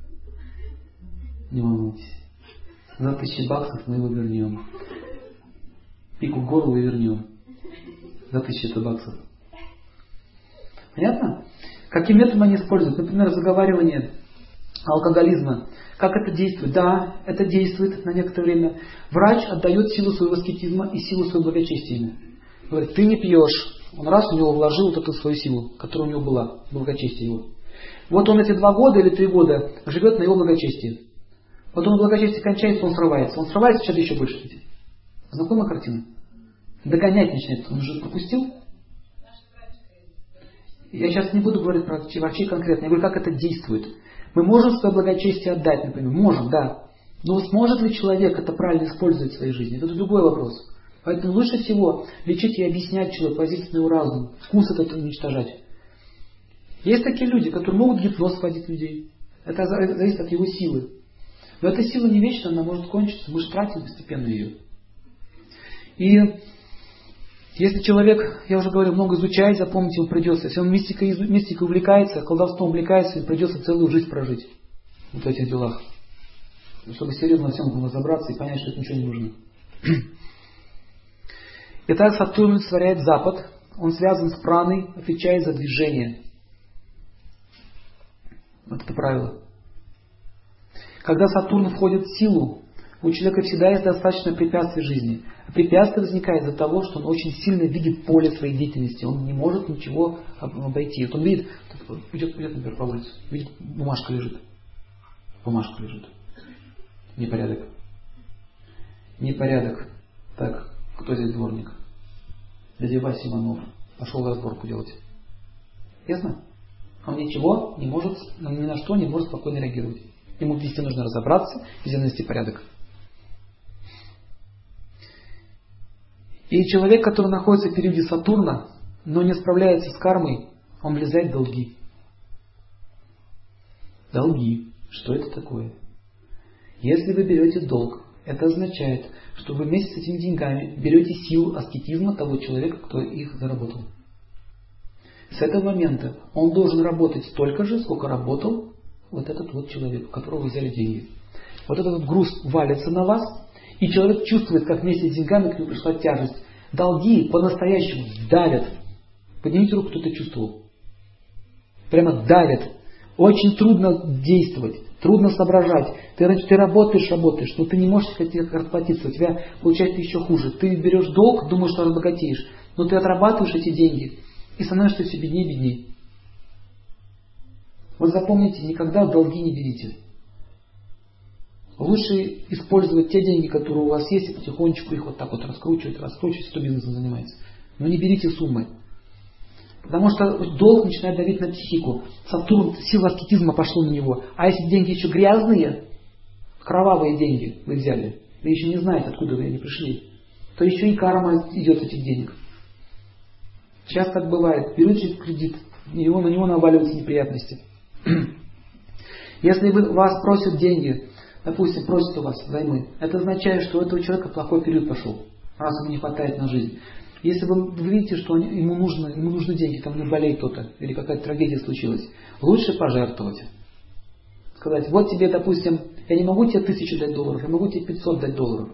Не волнуйтесь. За 1000 баксов мы его вернем. Пику в голову и вернем. За 1000 баксов. Понятно? Каким методом они используют? Например, заговаривание алкоголизма. Как это действует? Да, это действует на некоторое время. Врач отдает силу своего аскетизма и силу своего благочестия. Говорит, ты не пьешь. Он раз у него вложил вот эту свою силу, которая у него была, благочестие его. Вот он эти 2 года или 3 года живет на его благочестии. Потом благочестие кончается, он срывается. Он срывается, что-то еще больше пить. Знакомая картина? Догонять начинает. Он же пропустил. Я сейчас не буду говорить про врачей конкретно. Я говорю, как это действует. Мы можем свое благочестие отдать, например. Можем, да. Но сможет ли человек это правильно использовать в своей жизни? Это другой вопрос. Поэтому лучше всего лечить и объяснять человеку, воздействовать на его разум. Вкус этот уничтожать. Есть такие люди, которые могут гипноз вводить людей. Это зависит от его силы. Но эта сила не вечна, она может кончиться. Мы же тратим постепенно ее. И если человек, я уже говорил, много изучает, запомните, ему придется. Если он мистикой увлекается, колдовством увлекается, ему придется целую жизнь прожить вот в этих делах. Чтобы серьезно во всем разобраться и понять, что это ничего не нужно. Итак, Сатурн олицетворяет Запад, он связан с праной, отвечает за движение. Вот это правило. Когда Сатурн входит в силу, у человека всегда есть достаточно препятствий в жизни. А препятствие возникает из-за того, что он очень сильно видит поле своей деятельности. Он не может ничего обойти. Вот он видит, идет, например, по улице, видит, бумажка лежит. Бумажка лежит. Непорядок. Непорядок. Так, кто здесь дворник? Дядя Вася Иванов. Пошел разборку делать. Ясно? Он ничего не может, ни на что не может спокойно реагировать. Ему везде нужно разобраться, везде навести порядок. И человек, который находится в периоде Сатурна, но не справляется с кармой, он влезает в долги. Долги. Что это такое? Если вы берете долг, это означает, что вы вместе с этими деньгами берете силу аскетизма того человека, кто их заработал. С этого момента он должен работать столько же, сколько работал вот этот вот человек, у которого вы взяли деньги. Вот этот груз валится на вас, и человек чувствует, как вместе с деньгами к нему пришла тяжесть. Долги по-настоящему давят. Поднимите руку, кто это чувствовал. Прямо давят. Очень трудно действовать, трудно соображать. Ты работаешь, но ты не можешь расплатиться. У тебя получается еще хуже. Ты берешь долг, думаешь, что разбогатеешь, но ты отрабатываешь эти деньги и становишься все беднее и беднее. Вот запомните, никогда долги не берите. Лучше использовать те деньги, которые у вас есть, и потихонечку их вот так вот раскручивать, кто бизнесом занимается. Но не берите суммы. Потому что долг начинает давить на психику. Сатурн, сила аскетизма пошла на него. А если деньги еще грязные, кровавые деньги вы взяли, вы еще не знаете, откуда они пришли, то еще и карма идет с этих денег. Часто так бывает. Берете кредит, на него наваливаются неприятности. Если вас просят деньги, допустим, просят у вас взаймы, это означает, что у этого человека плохой период пошел, раз ему не хватает на жизнь. Если вы видите, что ему нужны деньги, там не болеет кто-то, или какая-то трагедия случилась, лучше пожертвовать. Сказать, вот тебе, допустим, я не могу тебе 1000 дать долларов, я могу тебе 500 дать долларов.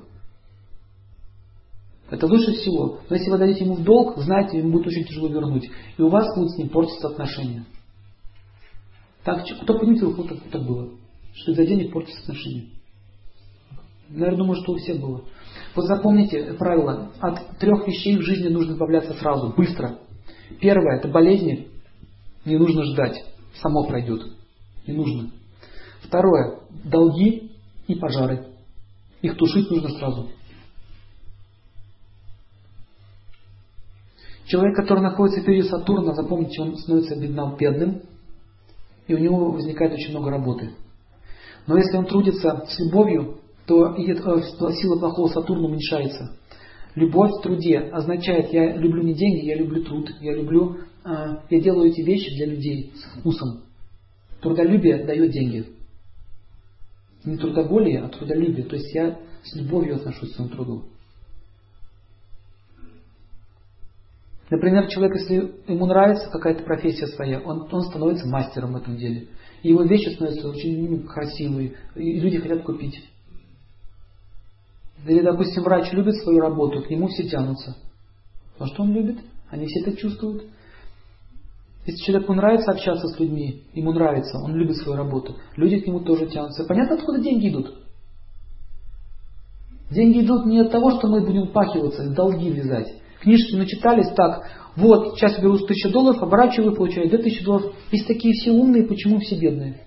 Это лучше всего. Но если вы дадите ему в долг, знаете, ему будет очень тяжело вернуть. И у вас будут с ним портиться отношения. Так, кто поднимет руку, так было? Что из-за денег портятся отношения. Наверное, думаю, что у всех было. Вот запомните правило. От 3 вещей в жизни нужно избавляться сразу, быстро. Первое, это болезни. Не нужно ждать. Само пройдет. Не нужно. Второе, долги и пожары. Их тушить нужно сразу. Человек, который находится в периоде Сатурна, запомните, он становится бедным, и у него возникает очень много работы. Но если он трудится с любовью, то сила плохого Сатурна уменьшается. Любовь в труде означает, я люблю не деньги, я люблю труд, я делаю эти вещи для людей с вкусом. Трудолюбие дает деньги. Не трудоголие, а трудолюбие. То есть я с любовью отношусь к своему труду. Например, человек, если ему нравится какая-то профессия своя, он становится мастером в этом деле. И его вещи становятся очень красивые, и люди хотят купить. Или, допустим, врач любит свою работу, к нему все тянутся. Потому что он любит, они все это чувствуют. Если человеку нравится общаться с людьми, ему нравится, он любит свою работу, люди к нему тоже тянутся. Понятно, откуда деньги идут? Деньги идут не от того, что мы будем упахиваться, в долги влезать. Книжки начитались так, вот, сейчас я беру $1000, оборачиваю, получаю $2000. Есть такие все умные, почему все бедные?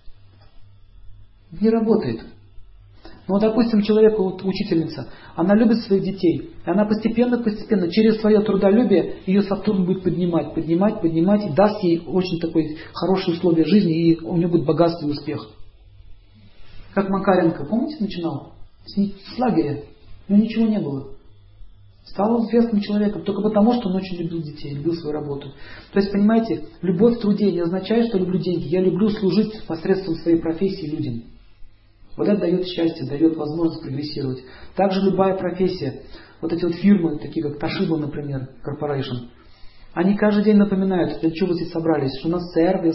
Не работает. Ну, допустим, человек, учительница, она любит своих детей. И она постепенно, через свое трудолюбие, ее Сатурн будет поднимать, и даст ей очень такой хорошие условия жизни, и у нее будет богатство и успех. Как Макаренко, помните, начинал? С лагеря. У него ничего не было. Стал известным человеком только потому, что он очень любил детей, любил свою работу. То есть, понимаете, любовь в труде не означает, что люблю деньги. Я люблю служить посредством своей профессии людям. Вот это дает счастье, дает возможность прогрессировать. Также любая профессия. Вот эти вот фирмы, такие как Toshiba, например, Corporation, они каждый день напоминают, для чего вы здесь собрались, что у нас сервис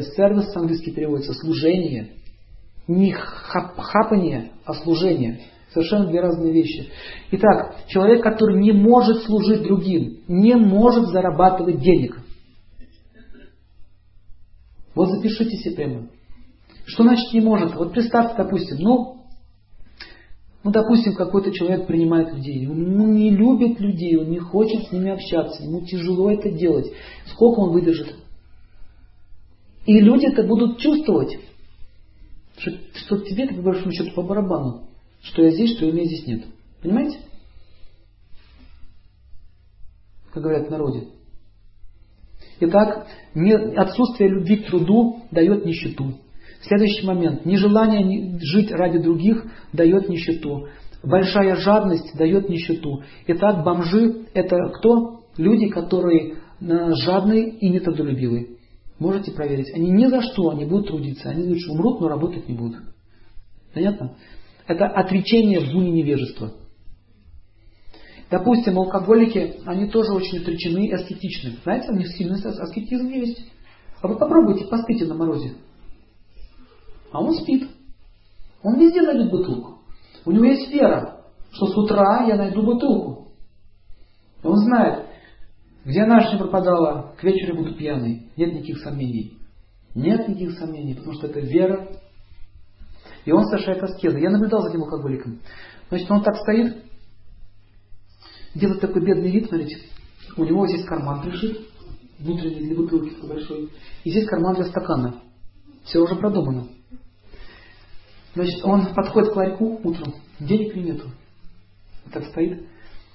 с-английски переводится, служение. Не хапание, а служение. Совершенно две разные вещи. Итак, человек, который не может служить другим, не может зарабатывать денег. Вот запишите себе прямо. Что значит не может? Вот представьте, допустим, допустим, какой-то человек принимает людей. Он не любит людей, он не хочет с ними общаться, ему тяжело это делать. Сколько он выдержит? И люди это будут чувствовать, что тебе-то, по большому счету, по барабану. Что я здесь, что меня здесь нет. Понимаете? Как говорят в народе. Итак, отсутствие любви к труду дает нищету. Следующий момент. Нежелание жить ради других дает нищету. Большая жадность дает нищету. Итак, бомжи это кто? Люди, которые жадные и нетрудолюбивые. Можете проверить. Они ни за что не будут трудиться. Они лучше умрут, но работать не будут. Понятно? Это отречение в гуне невежества. Допустим, алкоголики, они тоже очень отречены и аскетичны. Знаете, у них сильный аскетизм есть. А вы попробуйте, поспите на морозе. А он спит. Он везде найдет бутылку. У него есть вера, что с утра я найду бутылку. И он знает, где наша не пропадала, к вечеру буду пьяный. Нет никаких сомнений. Нет никаких сомнений, потому что это вера. И он совершает аскезы. Я наблюдал за этим алкоголиком. Значит, он так стоит, делает такой бедный вид, смотрите. У него здесь карман пришит, внутренний для бутылки такой большой. И здесь карман для стакана. Все уже продумано. Значит, он подходит к ларьку утром, денег нету. Так стоит.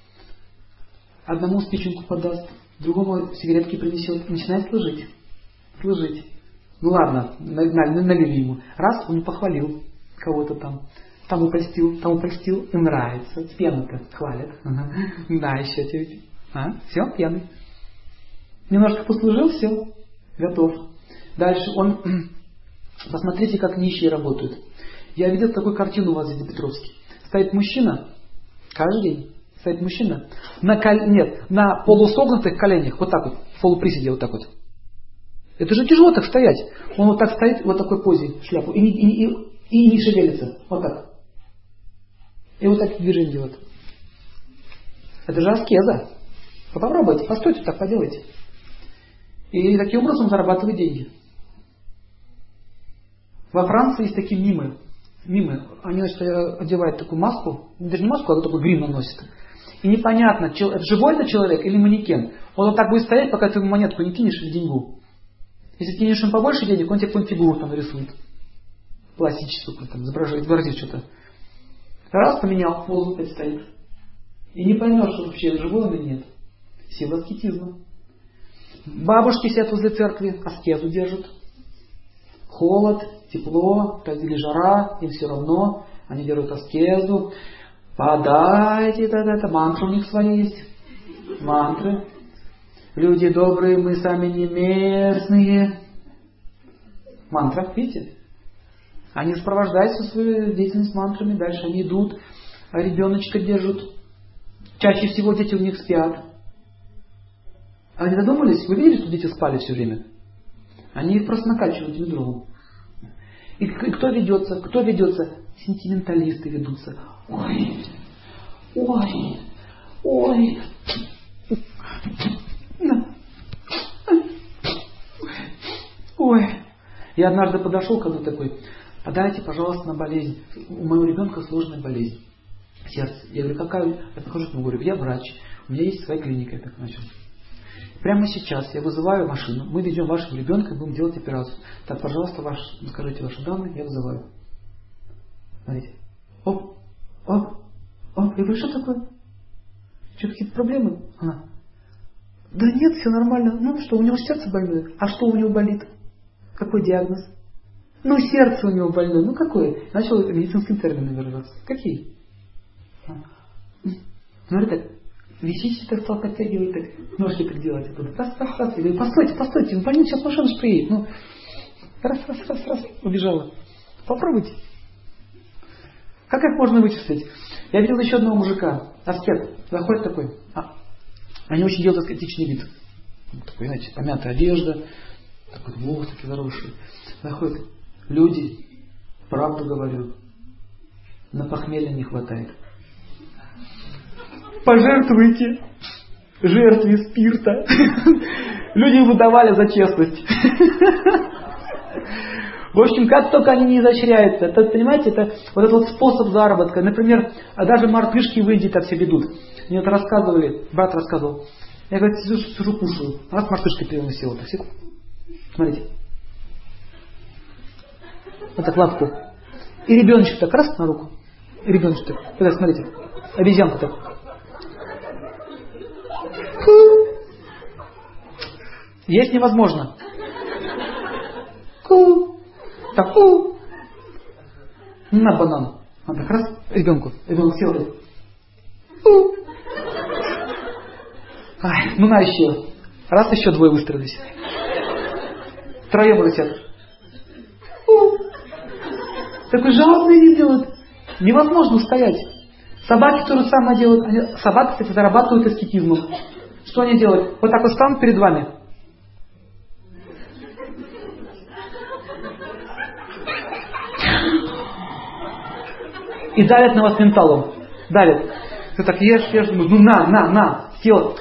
Одному спиченку подаст, другому сигаретки принесет. И начинает служить. Служить. Ну ладно, налили ему. Раз, он не похвалил кого-то там. Там упольстил, им нравится. Пьяно-то хвалят. Ага. Да, еще тебе. Все, пьяный. Немножко послужил, все, готов. Дальше он... Посмотрите, как нищие работают. Я видел такую картину у вас здесь, в Петровске. Стоит мужчина, каждый день стоит мужчина, на полусогнутых коленях, вот так вот, в полуприседе вот так вот. Это же тяжело так стоять. Он вот так стоит, вот такой позе, шляпу, и не шевелится. Вот так. И вот так движение делает. Это же аскеза. Попробуйте, постойте, так поделайте. И таким образом зарабатывать деньги. Во Франции есть такие мимы. Они, значит, одевают такую маску, даже не маску, а вот такой грим наносят. И непонятно, живой это человек или манекен. Он вот так будет стоять, пока ты ему монетку не кинешь или деньгу. Если кинешь ему побольше денег, он тебе какую-нибудь фигуру там нарисует. Пластическую, там, изобразит что-то. Раз, поменял позу, опять стоит. И не поймешь, что вообще живой он или нет. Сила аскетизма. Бабушки сидят возле церкви, аскезу держат. Холод, тепло, или жара, им все равно. Они делают аскезу. Подайте, мантры у них свои есть. Мантры. Люди добрые, мы сами не местные. Мантра, видите? Они сопровождают свою деятельность мантрами. Дальше они идут, ребеночка держат. Чаще всего дети у них спят. А они додумались? Вы видели, что дети спали все время? Они их просто накачивают медровым. И кто ведется? Кто ведется? Сентименталисты ведутся. Ой. Я однажды подошел к одному такой: подайте, пожалуйста, на болезнь. У моего ребенка сложная болезнь. Сердце. Я говорю, какая? Я подхожу к нему, говорю, я врач. У меня есть своя клиника. Я так начал. Прямо сейчас я вызываю машину, мы ведем вашего ребенка и будем делать операцию. Так, пожалуйста, скажите ваши данные, я вызываю. Смотрите. Оп. Я говорю, что такое? Что, какие-то проблемы? Да нет, все нормально. Ну что, у него сердце больное. А что у него болит? Какой диагноз? Сердце у него больное. Ну какое? Начал медицинским термином выражаться. Какие? Смотри так. Висите, так стал подтягивать, так, ножки так делать. Раз. Я говорю, постойте, ну поймите, сейчас машина же приедет. Раз, убежала. Попробуйте. Как их можно вычислить? Я видел еще одного мужика, аскет, заходит такой. Они очень делают аскетичный вид. Такой, знаете, помятая одежда, такой волос такой заросший. Заходит. Люди, правду говорю. На похмелье не хватает. Пожертвуйте жертве спирта. Люди выдавали за честность. В общем, как только они не изощряются, это, понимаете, это вот этот вот способ заработка. Например, даже мартышки в Индии так себя ведут. Мне это рассказывали, брат рассказывал. Я, говорит, сижу, кушаю. Раз мартышка передо села, так сел. Смотрите. Вот так лапку. И ребеночек так раз на руку. И ребеночек так. Вот, смотрите. Обезьянка так. Есть невозможно. Так, на банан. Он так раз, ребенку. Ребенок сел. Ай, ну на еще. Раз, еще двое выстроились. Втроем летят. Такой жалобный вид делают. Невозможно устоять. Собаки то же самое делают. Собаки, кстати, зарабатывают аскетизмом. Что они делают? Вот так вот станут перед вами. И давят на вас менталом. Давят. Ты так ешь, ну на, съел.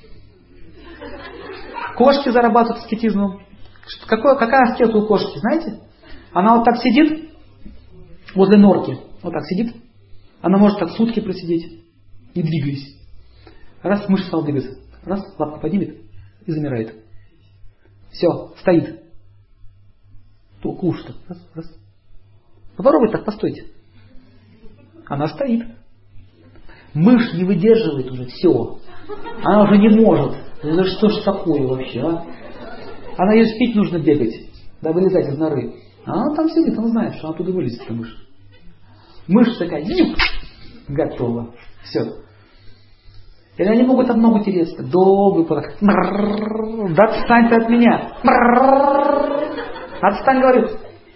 Кошки зарабатывают аскетизмом. Какая аскета у кошки, знаете? Она вот так сидит возле норки. Вот так сидит. Она может так сутки просидеть, не двигаясь. Раз мышь стала двигаться. Раз, лапку поднимет и замирает. Все, стоит. Только уши-то. Раз. Попробуйте так, постойте. Она стоит. Мышь не выдерживает уже, все. Она уже не может. Да что ж такое вообще, а? Она ее спить нужно бегать, да вылезать из норы. А она там сидит, она знает, что она оттуда вылезет, эта мышь. Мышь такая, готова. Все. Или они могут там ногу тереться, долго так. Да отстань ты от меня. Отстань, говорит.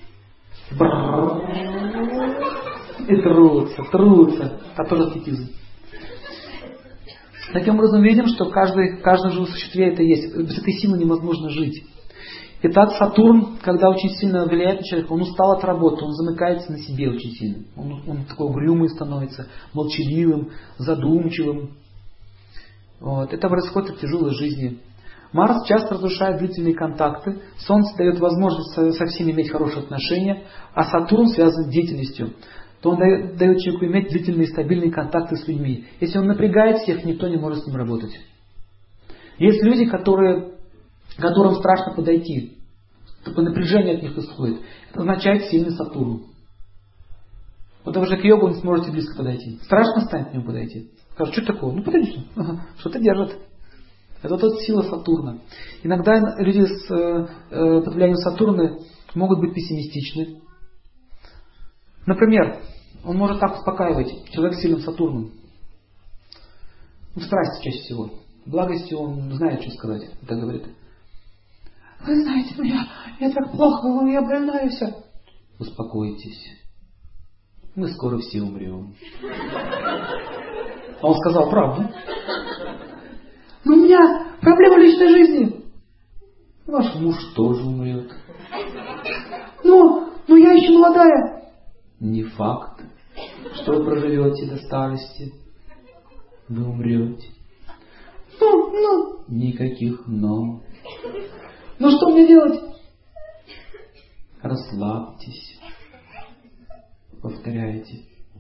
И трутся. Это тоже аскетизм. Таким образом, видим, что в каждом живом существе это есть. Без этой силы невозможно жить. Итак, Сатурн, когда очень сильно влияет на человека, он устал от работы, он замыкается на себе очень сильно. Он такой угрюмый становится, молчаливым, задумчивым. Вот. Это происходит от тяжелой жизни. Марс часто разрушает длительные контакты, Солнце дает возможность со всеми иметь хорошие отношения, а Сатурн связан с деятельностью. То он дает человеку иметь длительные стабильные контакты с людьми. Если он напрягает всех, никто не может с ним работать. Есть люди, которым страшно подойти. Такое напряжение от них исходит. Это означает сильный Сатурн. Вот вы же к йогу не сможете близко подойти. Страшно станет к нему подойти. Скажут, что такое? Ну подойди. Ага, что-то держит. Это вот сила Сатурна. Иногда люди под влиянием Сатурна могут быть пессимистичны. Например, он может так успокаивать человек с сильным Сатурном. В страсти чаще всего. В благости он знает, что сказать. Это говорит. Вы знаете, я так плохо, я больная и все. Успокойтесь. Мы скоро все умрем. А он сказал правду. Но у меня проблема личной жизни. Ваш муж тоже умрет. Но я еще молодая. Не факт, что вы проживете до старости. Вы умрете. Никаких но. Ну что мне делать? Расслабьтесь. Повторяйте.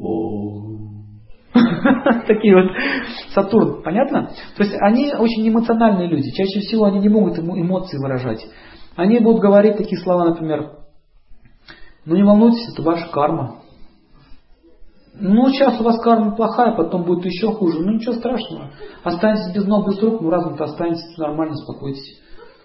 Такие вот Сатурн, понятно? То есть они очень эмоциональные люди. Чаще всего они не могут эмоции выражать. Они будут говорить такие слова, например: ну не волнуйтесь, это ваша карма. Ну сейчас у вас карма плохая, потом будет еще хуже. Ну ничего страшного. Останетесь без ног, без рук, ну разум-то останетесь, нормально, успокойтесь.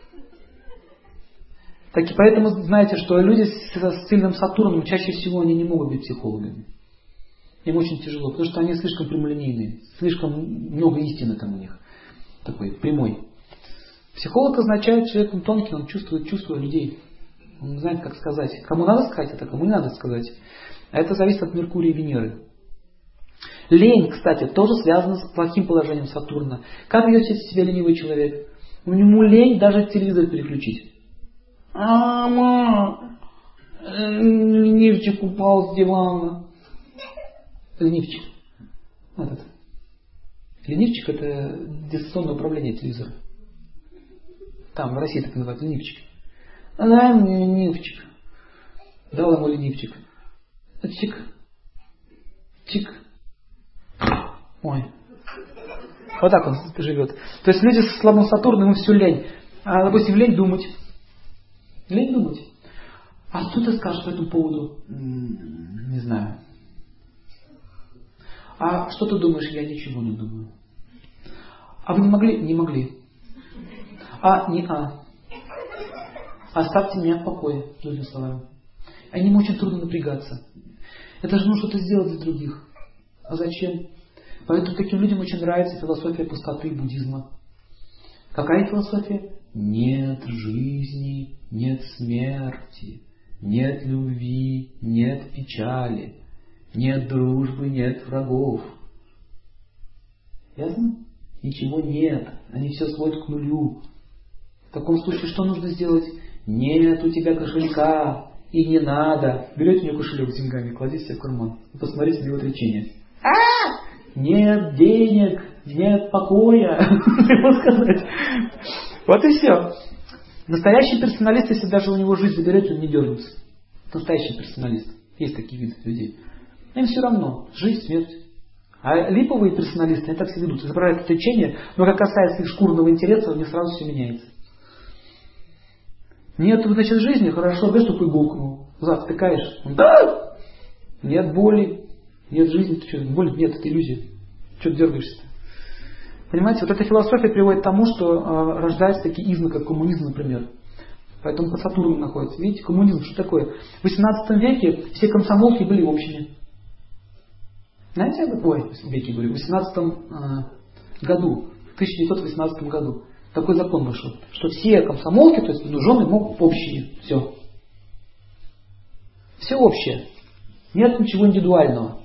Так и поэтому знаете, что люди с сильным Сатурном чаще всего они не могут быть психологами. Им очень тяжело, потому что они слишком прямолинейные, слишком много истины там у них. Такой прямой. Психолог означает человек тонкий, он чувствует чувства людей. Он знает, как сказать. Кому надо сказать это, кому не надо сказать. А это зависит от Меркурия и Венеры. Лень, кстати, тоже связана с плохим положением Сатурна. Как ведет себя ленивый человек? У него лень даже телевизор переключить. Ленивчик упал с дивана. ленивчик. Этот. Ленивчик — это дистанционное управление телевизора. Там, в России так называют, ленивчик. Ленивчик. Дал ему ленивчик. Чик. Чик. Ой. Вот так он живет. То есть люди с слабым Сатурном, ему все лень. А, допустим, лень думать. Лень думать. А что ты скажешь по этому поводу? Не знаю. А что ты думаешь? Я ничего не думаю. А вы не могли? Не могли. Оставьте меня в покое, другими словами. Им очень трудно напрягаться. Это же нужно что-то сделать для других. А зачем? Поэтому таким людям очень нравится философия пустоты буддизма. Какая философия? Нет жизни, нет смерти, нет любви, нет печали, нет дружбы, нет врагов. Ясно? Ничего нет. Они все сводят к нулю. В таком случае что нужно сделать? Нет у тебя кошелька и не надо. Берете у него кошелек с деньгами, кладите себе в карман и посмотрите на его отречение. Нет денег, нет покоя. Его сказать. Вот и все. Настоящий персоналист, если даже у него жизнь заберете, он не дернется. Настоящий персоналист. Есть такие виды людей. Им все равно. Жизнь, смерть. А липовые персоналисты, они так себя ведут. Забирают отречение, но как касается их шкурного интереса, у них сразу все меняется. Нет, значит, жизни, хорошо, дай штуку иголку. Завтра втыкаешь. Да! Нет боли, нет жизни. Ты что, боли нет, это иллюзия. Что ты дергаешься-то? Понимаете, вот эта философия приводит к тому, что рождаются такие измы, как коммунизм, например. Поэтому под Сатурном находится. Видите, коммунизм, что такое? В 18 веке все комсомолки были общими. Знаете об этом? Ой, в веке говорю, в 18 году, в 1918 году такой закон вышел, что все комсомолки, то есть жены, могут общие. Все. Все общее. Нет ничего индивидуального.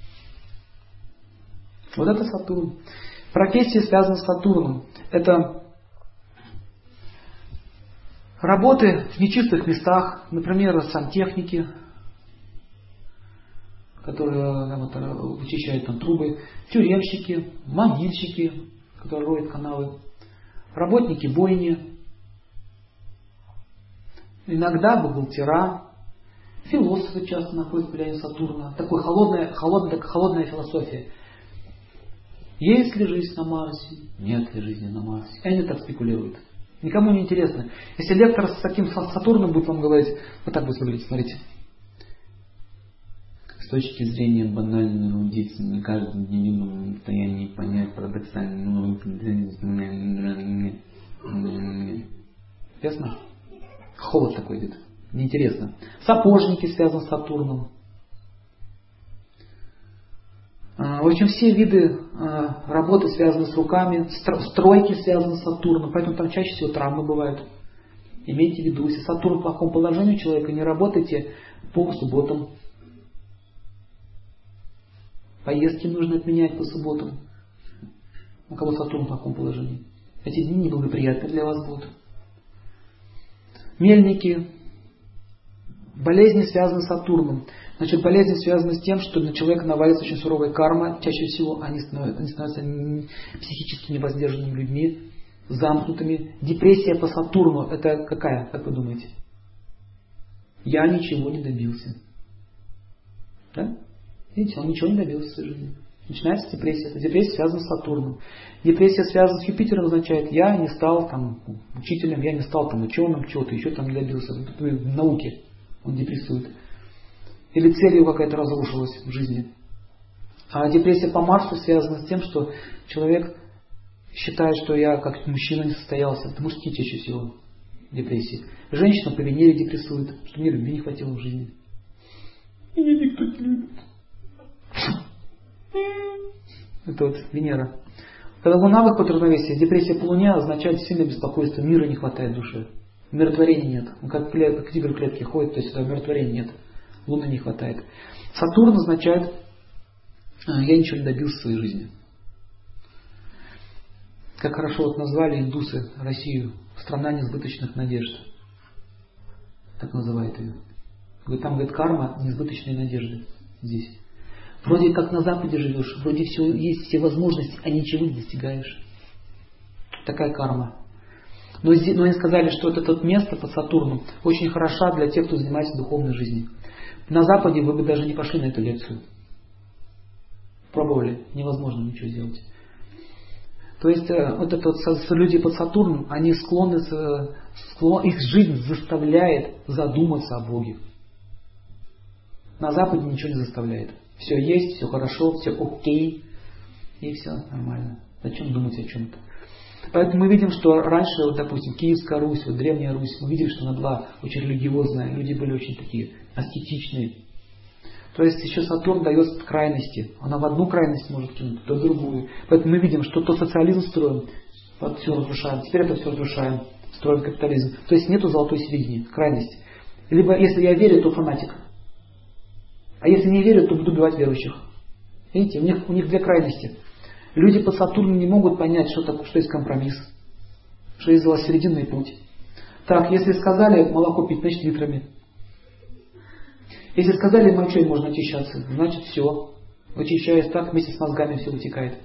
Вот это Сатурн. Профессии связаны с Сатурном. Это работы в нечистых местах, например, сантехники, которые вычищают там трубы, тюремщики, могильщики, которые роют канавы, работники бойни, иногда бухгалтера, философы часто находятся в влиянии Сатурна. Такая холодная философия. Есть ли жизнь на Марсе? Нет ли жизни на Марсе? И они так спекулируют. Никому не интересно. Если лектор с таким Сатурном будет вам говорить, вот так будет выглядеть, смотрите. С точки зрения банального удивительного, каждый дневном состоянии понять парадоксально. Ясно? Холод такой идет. Неинтересно. Сапожники связаны с Сатурном. В общем, все виды работы связаны с руками, стройки связаны с Сатурном, поэтому там чаще всего травмы бывают. Имейте в виду, если Сатурн в плохом положении человека, не работайте по субботам. Поездки нужно отменять по субботам. У кого Сатурн в плохом положении. Эти дни неблагоприятны для вас будут. Мельники. Болезни связаны с Сатурном. Значит, болезни связаны с тем, что на человека навалится очень суровая карма. Чаще всего они становятся психически невоздержанными людьми, замкнутыми. Депрессия по Сатурну — это какая, как вы думаете? Я ничего не добился. Да? Видите, он ничего не добился в своей жизни. Начинается депрессия. Эта депрессия связана с Сатурном. Депрессия связана с Юпитером, означает, я не стал там учителем, я не стал там ученым, чего-то еще там не добился в науке. Он депрессует. Или целью какая-то разрушилась в жизни. А депрессия по Марсу связана с тем, что человек считает, что я как мужчина не состоялся. Это мужские чаще всего депрессии. Женщина по Венере депрессует, что мне любви не хватило в жизни. Меня никто не любит. Это вот Венера. Когда Луна выходит в равновесие, депрессия по Луне означает сильное беспокойство, мира не хватает в душе. Умиротворения нет. Он как тигр в клетке ходит, то есть умиротворения нет. Луны не хватает. Сатурн означает, я ничего не добился в своей жизни. Как хорошо вот назвали индусы Россию, страна несбыточных надежд. Так называют ее. Там, говорит, карма несбыточной надежды. Здесь. Вроде как на Западе живешь, вроде все, есть все возможности, а ничего не достигаешь. Такая карма. Но они сказали, что это место под Сатурном очень хороша для тех, кто занимается духовной жизнью. На Западе вы бы даже не пошли на эту лекцию. Пробовали, невозможно ничего сделать. То есть люди под Сатурном, они склонны, их жизнь заставляет задуматься о Боге. На Западе ничего не заставляет. Все есть, все хорошо, все окей, и все нормально. Зачем думать о чем-то? Поэтому мы видим, что раньше, вот, допустим, Киевская Русь, вот, Древняя Русь, мы видели, что она была очень религиозная, люди были очень такие аскетичные. То есть еще Сатурн дает крайности. Она в одну крайность может кинуть, то в другую. Поэтому мы видим, что то социализм строим, вот все разрушаем, теперь это все разрушаем, строим капитализм. То есть нету золотой середины, крайности. Либо если я верю, то фанатик. А если не верю, то буду убивать верующих. Видите, у них две крайности. Люди по Сатурну не могут понять, что есть компромисс, что есть золотосерединный путь. Так, если сказали молоко пить, значит литрами. Если сказали мочой можно очищаться, значит все. Очищаясь так, вместе с мозгами все вытекает.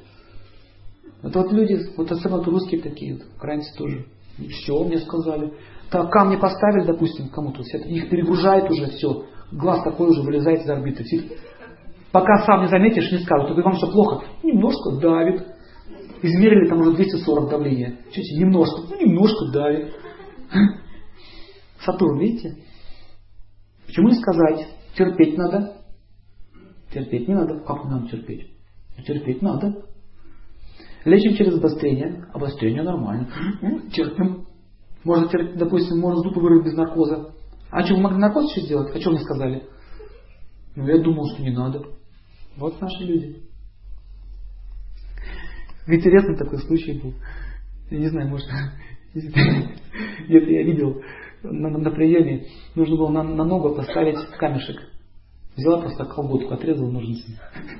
Вот люди, вот особенно русские такие, вот, украинцы тоже. Все, мне сказали. Так, камни поставили, допустим, кому-то, их перегружает уже все. Глаз такой уже вылезает из орбиты. Пока сам не заметишь, не скажут. Только вам что плохо? Немножко давит. Измерили там уже 240 давления. Чуть немножко. Немножко давит. Сатурн, видите? Почему не сказать? Терпеть надо. Терпеть не надо. Как нам терпеть? Терпеть надо. Лечим через обострение. Обострение нормально. Терпим. Можно, допустим, можно зубы вырвать без наркоза. А что, вы могли наркоз еще сделать? А что мне сказали? Ну, я думал, что не надо. Вот наши люди. Интересный такой случай был. Я не знаю, может, где-то я видел на приеме, нужно было на ногу поставить камешек. Взяла просто колготку, отрезала ножницами.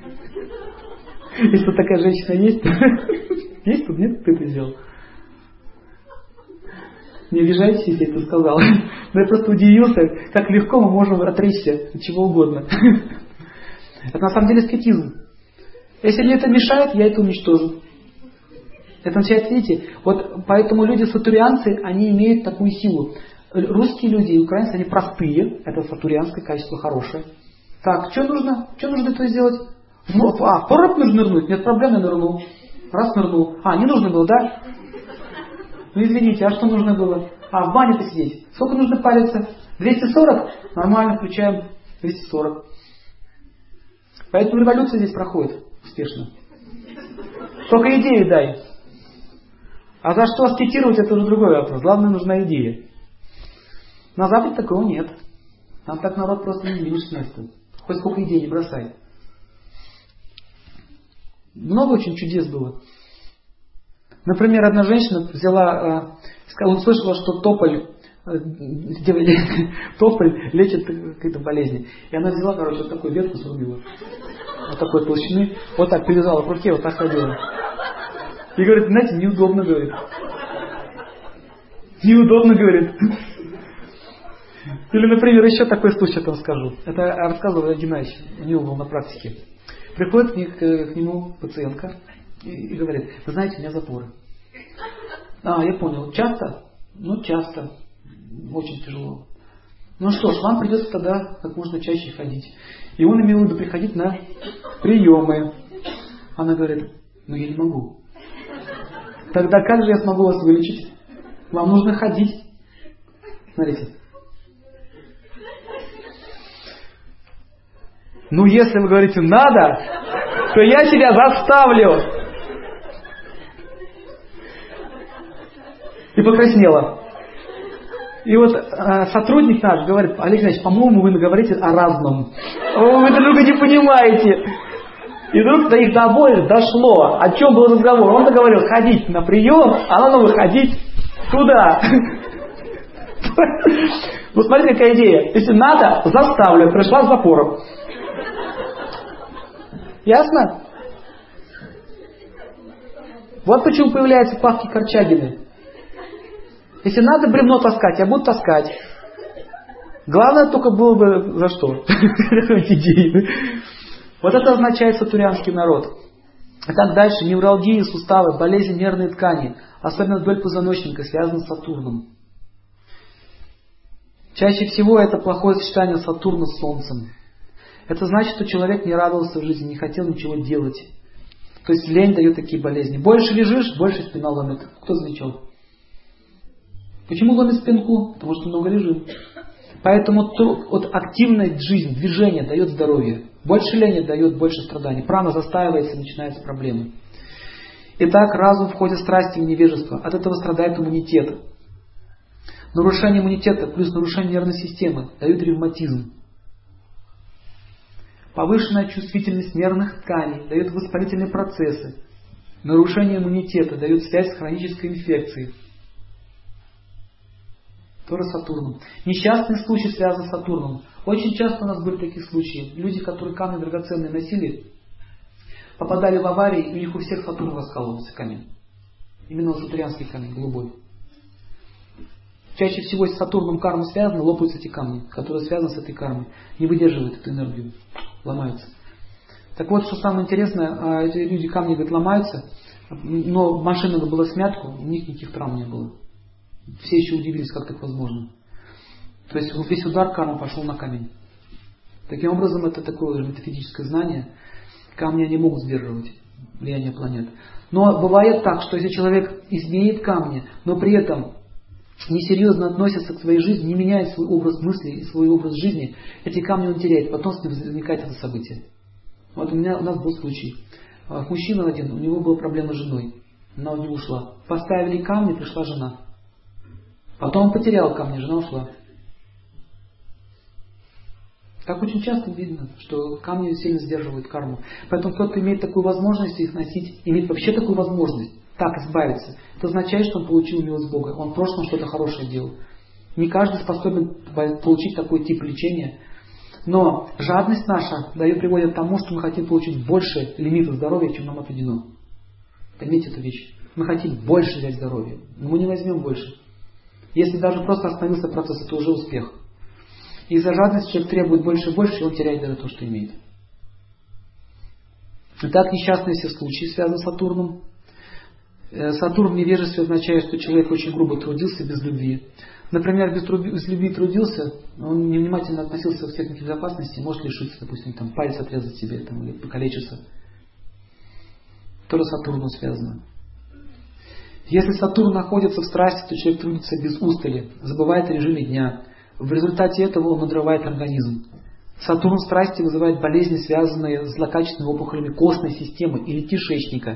Если такая женщина есть, есть тут, нет, кто это сделал? Не обижайтесь, если я это сказал. Но я просто удивился, как легко мы можем отречься от чего угодно. Это на самом деле аскетизм. Если мне это мешает, я это уничтожу. Это означает, видите, вот поэтому люди-сатурианцы, они имеют такую силу. Русские люди и украинцы, они простые, это сатурианское качество хорошее. Так, что нужно? Что нужно это сделать? В прорубь нужно нырнуть? Нет проблем, я нырнул. Раз нырнул. Не нужно было, да? Ну извините, а что нужно было? В бане посидеть. Сколько нужно париться? 240? Нормально, включаем 240. Поэтому революция здесь проходит успешно. Только идею дай. А за что аскетировать, это уже другой вопрос. Главное, нужна идея. На Западе такого нет. Там так народ просто не видишь с места. Хоть сколько идей не бросай. Много очень чудес было. Например, одна женщина услышала, что тополь лечит какие-то болезни. И она взяла, вот такую ветку срубила. Вот такой толщины. Вот так привязала к руке, вот так ходила. И говорит, знаете, неудобно, говорит. Неудобно, говорит. Или, например, еще такой случай я вам скажу. Это рассказывал Геннадьевич, у него был на практике. Приходит к нему пациентка и говорит, вы знаете, у меня запоры. Я понял. Часто? Ну, часто. Очень тяжело. Ну что ж, вам придется тогда как можно чаще ходить. И он имел в виду приходить на приемы. Она говорит, я не могу. Тогда как же я смогу вас вылечить? Вам нужно ходить. Смотрите. Если вы говорите надо, то я тебя заставлю. И покраснела. И вот сотрудник наш говорит, Олег Ильич, по-моему, вы говорите о разном. Вы друг друга не понимаете. И вдруг до их обоих дошло. О чем был разговор? Он договорил ходить на прием, а она выходить туда. Вот смотрите, какая идея. Если надо, заставлю. Пришла с запором. Ясно? Вот почему появляются Павки Корчагины. Если надо бревно таскать, я буду таскать. Главное только было бы за что? Идеи. Вот это означает сатурянский народ. Итак, дальше. Невралгии, суставы, болезни нервной ткани, особенно боль позвоночника, связаны с Сатурном. Чаще всего это плохое сочетание Сатурна с Солнцем. Это значит, что человек не радовался в жизни, не хотел ничего делать. То есть лень дает такие болезни. Больше лежишь, больше спина ломит. Кто замечал? Почему ломит спинку? Потому что много лежим. Поэтому активная жизнь, движение дает здоровье. Больше лени дает больше страданий. Прана застаивается, начинаются проблемы. Итак, разум в ходе страсти и невежества. От этого страдает иммунитет. Нарушение иммунитета плюс нарушение нервной системы дают ревматизм. Повышенная чувствительность нервных тканей дает воспалительные процессы. Нарушение иммунитета дает связь с хронической инфекцией. Тоже Сатурном. Несчастные случаи связаны с Сатурном. Очень часто у нас были такие случаи. Люди, которые камни драгоценные носили, попадали в аварии, и у них у всех Сатурн раскалывался камень. Именно сатурянский камень, голубой. Чаще всего с Сатурном карма связана, лопаются эти камни, которые связаны с этой кармой. Не выдерживают эту энергию, ломаются. Так вот, что самое интересное, эти люди камни, говорят, ломаются, но машина была смятку, у них никаких травм не было. Все еще удивились, как так возможно. То есть весь удар кармы пошел на камень. Таким образом, это такое метафизическое знание. Камни не могут сдерживать влияние планет. Но бывает так, что если человек имеет камни, но при этом несерьезно относится к своей жизни, не меняет свой образ мысли и свой образ жизни, эти камни он теряет, потом с ним возникает это событие. Вот у нас был случай. Мужчина один, у него была проблема с женой. Она у него ушла. Поставили камни, пришла жена. Потом он потерял камни, жена ушла. Так очень часто видно, что камни сильно сдерживают карму. Поэтому кто-то имеет такую возможность их носить, имеет вообще такую возможность, так избавиться. Это означает, что он получил милость Бога. Он в прошлом что-то хорошее делал. Не каждый способен получить такой тип лечения. Но жадность наша приводит к тому, что мы хотим получить больше лимита здоровья, чем нам отведено. Поймите эту вещь. Мы хотим больше взять здоровья, но мы не возьмем больше. Если даже просто остановился процесс, это уже успех. Из-за жадности человек требует больше и больше, и он теряет даже то, что имеет. Итак, несчастные все случаи связаны с Сатурном. Сатурн в невежестве означает, что человек очень грубо трудился без любви. Например, без любви трудился, он невнимательно относился к технике безопасности, может лишиться, допустим, там, палец отрезать себе там, или покалечиться. Тоже с Сатурном связано. Если Сатурн находится в страсти, то человек трудится без устали, забывает о режиме дня. В результате этого он надрывает организм. Сатурн в страсти вызывает болезни, связанные с злокачественными опухолями костной системы или кишечника.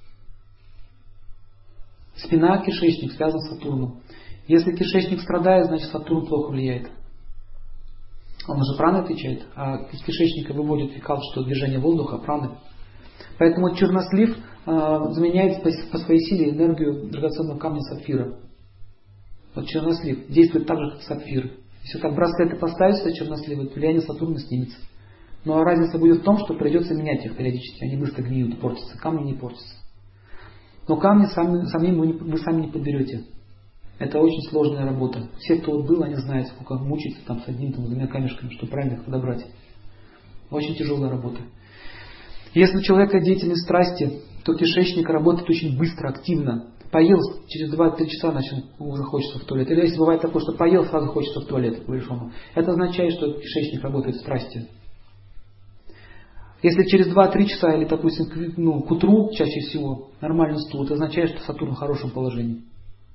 Спина, кишечник связан с Сатурном. Если кишечник страдает, значит Сатурн плохо влияет. Он же праны отвечает, а из кишечника выводит фекал, что движение воздуха, праны. Поэтому чернослив заменяет по своей силе энергию драгоценного камня сапфира. Вот чернослив действует так же, как сапфир. Если так браслеты поставить сюда чернослива, то влияние Сатурна снимется. Но разница будет в том, что придется менять их периодически. Они быстро гниют и портятся. Камни не портятся. Но камни вы сами не подберете. Это очень сложная работа. Все, кто вот был, они знают, сколько мучиться там с одним, там, с двумя камешками, чтобы правильно их подобрать. Очень тяжелая работа. Если у человека деятельность страсти, то кишечник работает очень быстро, активно. Поел, через 2-3 часа уже хочется в туалет. Или если бывает такое, что поел, сразу хочется в туалет, по большому. Это означает, что кишечник работает в страсти. Если через 2-3 часа, или, допустим, к утру, чаще всего, нормальный стул, это означает, что Сатурн в хорошем положении.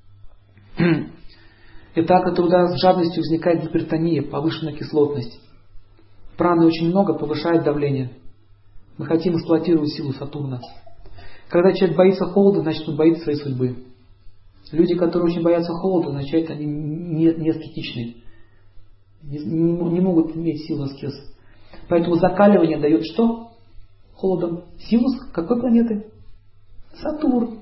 Итак, от труда с жадностью возникает гипертония, повышенная кислотность. Праны очень много, повышает давление. Мы хотим эксплуатировать силу Сатурна. Когда человек боится холода, значит он боится своей судьбы. Люди, которые очень боятся холода, означает, они не аскетичны. Не могут иметь силу аскез. Поэтому закаливание дает что? Холодом. Силу какой планеты? Сатурн.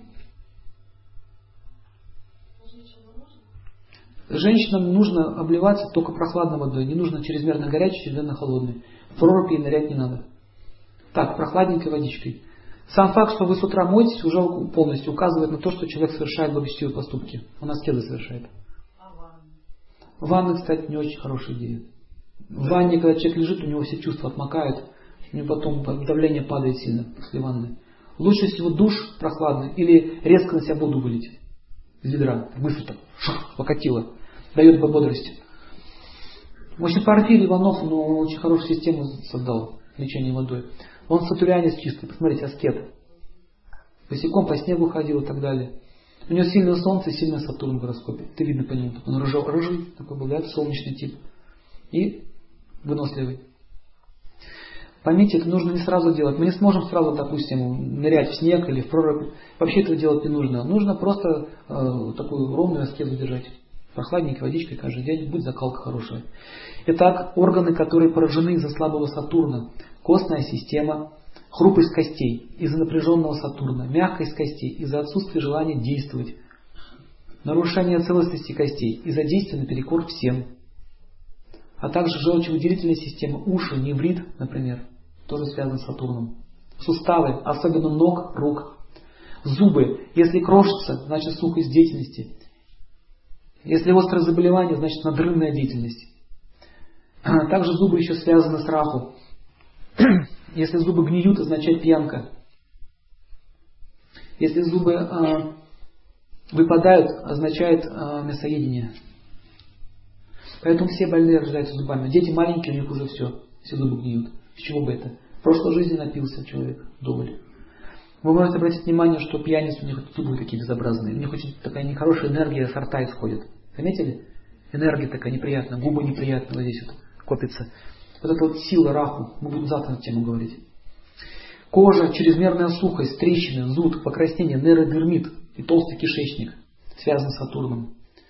Женщинам нужно обливаться только прохладной водой. Не нужно чрезмерно горячей, чрезмерно холодной. В проруби нырять не надо. Так, прохладненькой водичкой. Сам факт, что вы с утра моетесь, уже полностью указывает на то, что человек совершает благочестивые поступки. Он аскезы совершает. Ванна, кстати, не очень хорошая идея. В ванне, когда человек лежит, у него все чувства отмокают. у него потом давление падает сильно после ванны. Лучше всего душ прохладный или резко на себя воду вылить из ведра. Быстро так покатило. Дает бодрости. В общем, Порфирий Иванов, он очень хорошую систему создал лечение водой. Он сатурянец чистый, посмотрите, аскет. Босиком по снегу ходил и так далее. У него сильное солнце и сильный Сатурн в гороскопе. Это видно по нему. Он рыжий такой был, да, это солнечный тип. И выносливый. Поймите, это нужно не сразу делать. Мы не сможем сразу, допустим, нырять в снег или в прорубь. Вообще этого делать не нужно. Нужно просто такую ровную аскезу держать. Прохладненькой водичкой каждый день. Будет закалка хорошая. Итак, органы, которые поражены из-за слабого Сатурна. Костная система, хрупкость костей из-за напряженного Сатурна, мягкость костей из-за отсутствия желания действовать, нарушение целостности костей из-за действия наперекор всем, а также желчевыделительная система, уши, неврит, например, тоже связан с Сатурном. Суставы, особенно ног, рук. Зубы, если крошится, значит сухость деятельности. Если острое заболевание, значит надрывная деятельность. Также зубы еще связаны с раху. Если зубы гниют, означает пьянка. Если зубы выпадают, означает мясоедение. Поэтому все больные рождаются зубами. Дети маленькие, у них уже все зубы гниют. С чего бы это? В прошлой жизни напился человек вдоволь. Вы можете обратить внимание, что пьяницы у них зубы такие безобразные. У них очень такая нехорошая энергия с рта исходит. Заметили? Энергия такая неприятная, губы неприятные, вот здесь вот копится. Вот эта вот сила раху. Мы будем завтра на тему говорить. Кожа, чрезмерная сухость, трещины, зуд, покраснение, нейродермит и толстый кишечник связан с Сатурном.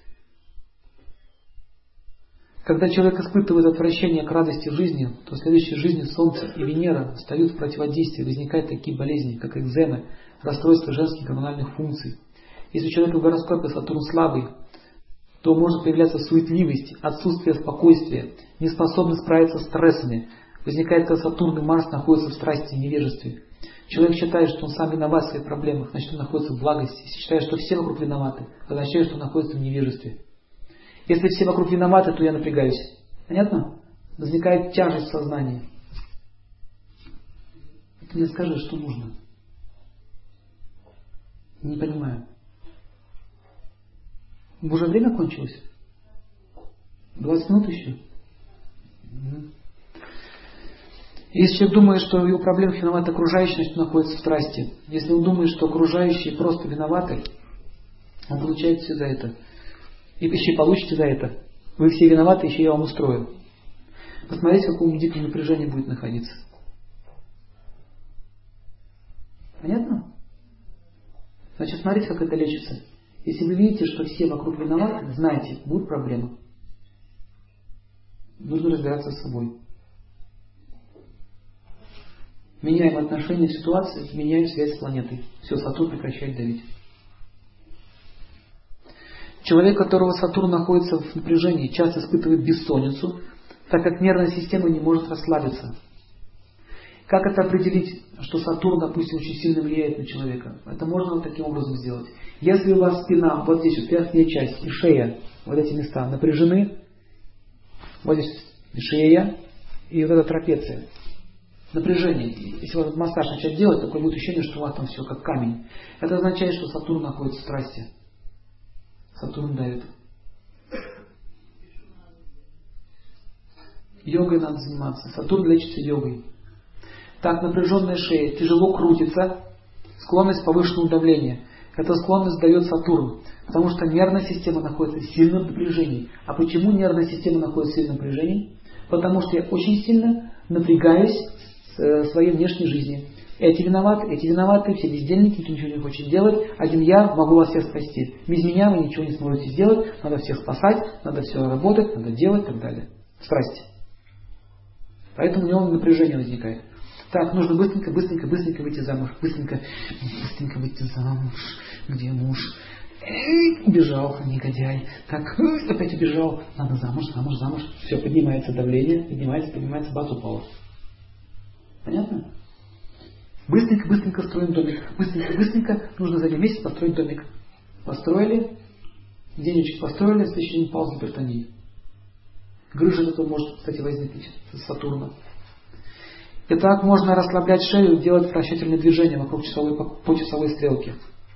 Когда человек испытывает отвращение к радости жизни, то в следующей жизни Солнце и Венера встают в противодействие, возникают такие болезни, как экземы, расстройство женских гормональных функций. Если у человека в гороскопе Сатурн слабый, то может появляться суетливость, отсутствие спокойствия, неспособность справиться с стрессами. Возникает, когда Сатурн и Марс находятся в страсти и невежестве. Человек считает, что он сам виноват в своих проблемах, значит он находится в благости. Если считает, что все вокруг виноваты, означает, что он находится в невежестве. Если все вокруг виноваты, то я напрягаюсь. Понятно? Возникает тяжесть в сознании. Ты мне скажи, что нужно. Не понимаю. Уже время кончилось? 20 минут еще? Если человек думает, что в его проблемах виноваты окружающие, значит он находится в страсти. Если он думает, что окружающие просто виноваты, он получает все за это. И еще получите за это. Вы все виноваты, еще я вам устрою. Посмотрите, в каком диком напряжении будет находиться. Понятно? Значит, смотрите, как это лечится. Если вы видите, что все вокруг виноваты, знайте, будут проблемы. Нужно разбираться с собой. Меняем отношение к ситуации, меняем связь с планетой. Все, Сатурн прекращает давить. Человек, у которого Сатурн находится в напряжении, часто испытывает бессонницу, так как нервная система не может расслабиться. Как это определить, что Сатурн, допустим, очень сильно влияет на человека? Это можно вот таким образом сделать. Если у вас спина, вот здесь вот верхняя часть и шея, вот эти места напряжены, вот здесь шея и вот эта трапеция, напряжение. Если вот массаж начать делать, такое будет ощущение, что у вас там все как камень. Это означает, что Сатурн находится в страсти. Сатурн давит. Йогой надо заниматься. Сатурн лечится йогой. Так, напряженная шея, тяжело крутится, склонность к повышенному давлению. Эта склонность дает Сатурн, потому что нервная система находится в сильном напряжении. А почему нервная система находится в сильном напряжении? Потому что я очень сильно напрягаюсь в своей внешней жизни. Эти виноваты, все бездельники, никто ничего не хочет делать. Один я могу вас всех спасти. Без меня вы ничего не сможете сделать. Надо всех спасать, надо все работать, надо делать и так далее. Страсти. Поэтому у него напряжение возникает. Так, нужно быстренько выйти замуж. Быстренько выйти замуж. Где муж? Убежал, негодяй. Так, опять убежал. Надо замуж. Все, поднимается давление. Поднимается, бац, упало. Понятно? Быстренько строим домик. Быстренько. Нужно за один месяц построить домик. Построили. Денежек построили. В следующий день пал гипертония. Грыжа этого может, кстати, возникнуть с Сатурна. И так можно расслаблять шею, делать вращательные движения вокруг по часовой стрелке.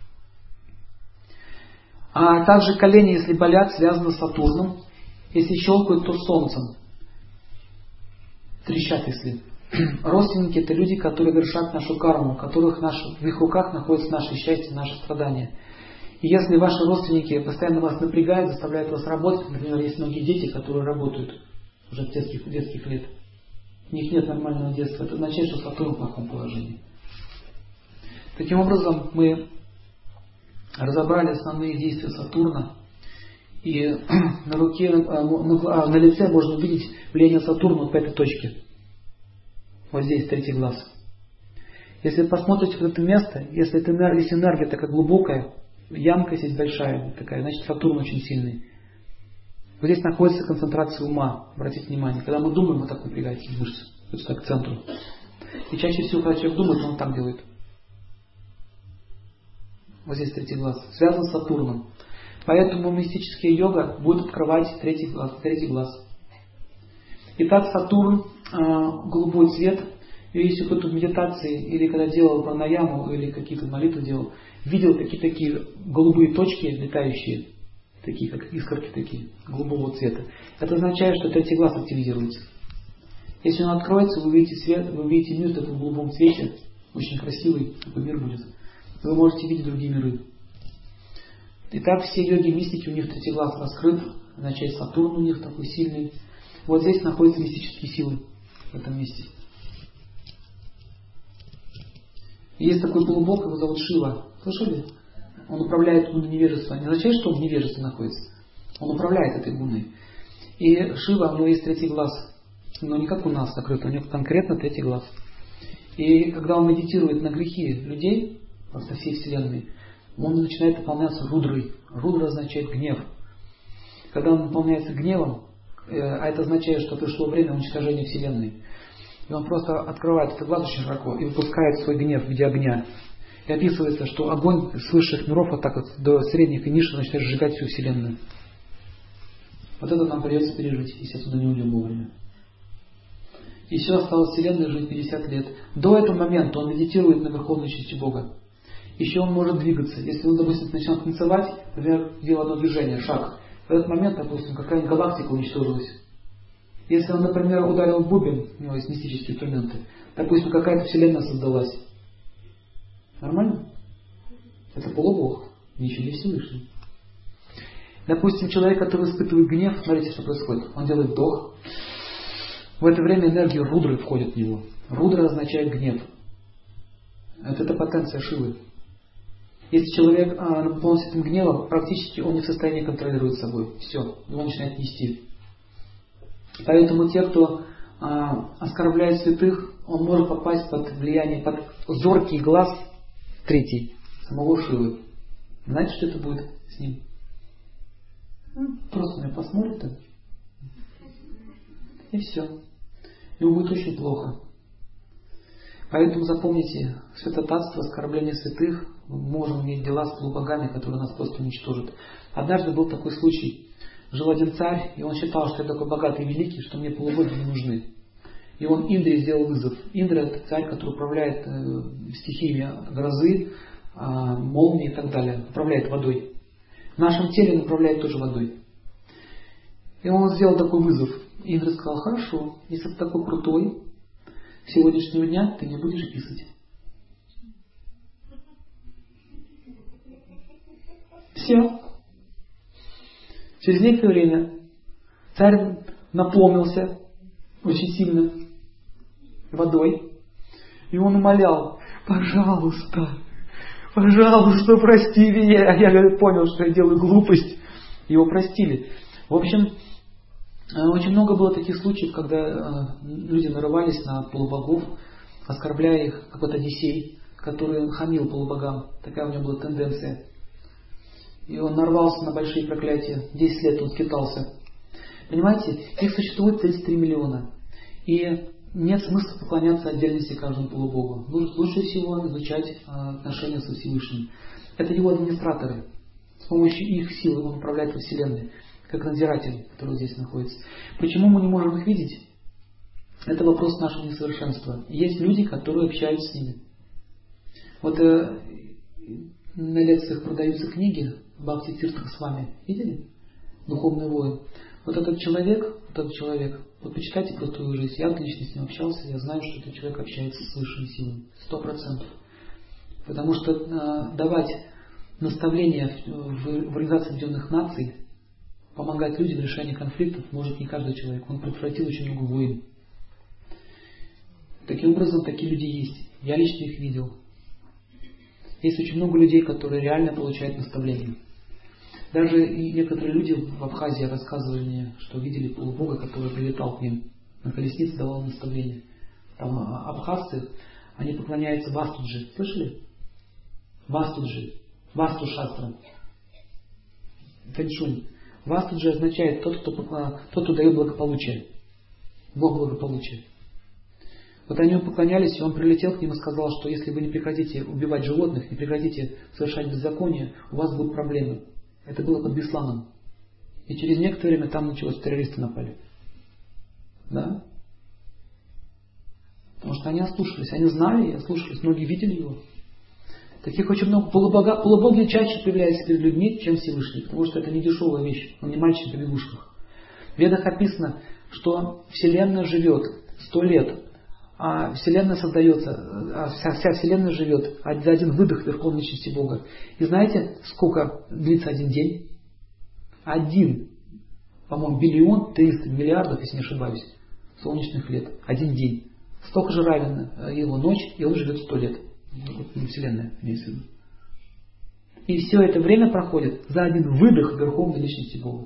А также колени, если болят, связаны с Сатурном. Если щелкают, то с Солнцем. Трещат, если. Родственники — это люди, которые вершат нашу карму, в их руках находится наше счастье, наше страдание. И если ваши родственники постоянно вас напрягают, заставляют вас работать, например, есть многие дети, которые работают уже с детских лет, у них нет нормального детства, это означает, что Сатурн в плохом положении. Таким образом, мы разобрали основные действия Сатурна, и на лице можно увидеть влияние Сатурна вот по этой точке. Вот здесь, третий глаз. Если посмотрите в это место, если энергия такая глубокая, ямка здесь большая такая, значит Сатурн очень сильный. Вот здесь находится концентрация ума. Обратите внимание, когда мы думаем, вот так напрягается мышцы, вот так к центру. И чаще всего, когда человек думает, он так делает. Вот здесь третий глаз. Связан с Сатурном. Поэтому мистическая йога будет открывать третий глаз. Итак, Сатурн, голубой цвет. И если кто-то в медитации, или когда делал пранаяму, или какие-то молитвы делал, видел какие-то такие голубые точки летающие, такие как искорки такие, голубого цвета, это означает, что третий глаз активизируется. Если он откроется, вы увидите свет, вы увидите мир в таком голубом цвете, очень красивый такой мир будет. Вы можете видеть другие миры. Итак, все йоги-мистики, у них третий глаз раскрыт, означает Сатурн у них такой сильный. Вот здесь находятся мистические силы, в этом месте. Есть такой полубог, его зовут Шива. Слышали? Он управляет гуной невежества. Не означает, что он в невежестве находится. Он управляет этой гуной. И Шива, у него есть третий глаз. Но не как у нас закрыт, у него конкретно третий глаз. И когда он медитирует на грехи людей, со всей Вселенной, он начинает наполняться рудрой. Рудра означает гнев. Когда он наполняется гневом, а это означает, что пришло время уничтожения Вселенной. И он просто открывает этот глаз очень широко и выпускает свой гнев в виде огня. И описывается, что огонь с высших миров вот так вот до средних и низших начинает сжигать всю Вселенную. Вот это нам придется пережить, если отсюда не уйдем вовремя. Еще осталось Вселенной жить 50 лет. До этого момента он медитирует на верховной части Бога. Еще он может двигаться. Если он, допустим, начнет танцевать, например, делал одно движение, шаг, в этот момент, допустим, какая-нибудь галактика уничтожилась. Если он, например, ударил в бубен, у него есть мистические инструменты, допустим, какая-то вселенная создалась. Нормально? Это полубог, еще не Всевышний. Допустим, человек, который испытывает гнев, смотрите, что происходит. Он делает вдох. В это время энергия рудры входит в него. Рудра означает гнев. Это потенция Шивы. Если человек наполнился этим гневом, практически он не в состоянии контролировать собой. Все, его начинает нести. Поэтому те, кто оскорбляет святых, он может попасть под влияние, под зоркий глаз третий, самого Шивы. Знаете, что это будет с ним? Просто меня посмотрит так. И все. Ему будет очень плохо. Поэтому запомните, святотатство, оскорбление святых, мы можем иметь дела с полубогами, которые нас просто уничтожат. Однажды был такой случай. Жил один царь, и он считал, что я такой богатый и великий, что мне полубоги не нужны. И он Индре сделал вызов. Индра — это царь, который управляет стихиями грозы, молнии и так далее. Управляет водой. В нашем теле он управляет тоже водой. И он сделал такой вызов. Индра сказал: хорошо, если ты такой крутой, с сегодняшнего дня ты не будешь писать. Все. Через некоторое время царь наполнился очень сильно водой. И он умолял: пожалуйста, пожалуйста, прости меня. Я понял, что я делаю глупость. Его простили. В общем, очень много было таких случаев, когда люди нарывались на полубогов, оскорбляя их, как вот Одиссей, который хамил полубогам. Такая у него была тенденция. И он нарвался на большие проклятия. 10 лет он скитался. Понимаете, их существует 33 миллиона. И нет смысла поклоняться отдельности каждому полубогу. Лучше всего изучать отношения со Всевышним. Это его администраторы. С помощью их сил он управляет во Вселенной, как надзиратель, который здесь находится. Почему мы не можем их видеть? Это вопрос нашего несовершенства. Есть люди, которые общаются с ними. Вот на лекциях продаются книги Бхакти Тиртха с вами. Видели? Духовный воин. Вот этот человек, вот почитайте «Простую жизнь». Я лично с ним общался, я знаю, что этот человек общается с высшими силами. 100%. Потому что давать наставления в Организации Объединенных Наций, помогать людям в решении конфликтов может не каждый человек. Он предотвратил очень много войн. Таким образом, такие люди есть. Я лично их видел. Есть очень много людей, которые реально получают наставления. Даже и некоторые люди в Абхазии рассказывали мне, что видели полубога, который прилетал к ним на колеснице, давал наставления. Там абхазцы, они поклоняются Вастуджи. Слышали? Вастуджи. Васту-шастра. Фэншунь. Вастуджи означает тот, кто дает благополучие. Бог благополучия. Вот они ему поклонялись, и он прилетел к ним и сказал, что если вы не прекратите убивать животных, не прекратите совершать беззаконие, у вас будут проблемы. Это было под Бесланом. И через некоторое время там началось, террористы напали. Да? Потому что они ослушались. Они знали и ослушались. Многие видели его. Таких очень много. Полубоги чаще появляются перед людьми, чем Всевышний. Потому что это не дешевая вещь. Он не мальчик в побегушках. В Ведах описано, что Вселенная живет 100 лет. А Вселенная создается, вся Вселенная живет за один выдох верховной личности Бога. И знаете, сколько длится один день? По-моему, 1 300 000 000 000, если не ошибаюсь, солнечных лет. Один день. Столько же равен его ночь, и он живет 100 лет. Вселенная, имеется в виду. И все это время проходит за один выдох верховной личности Бога.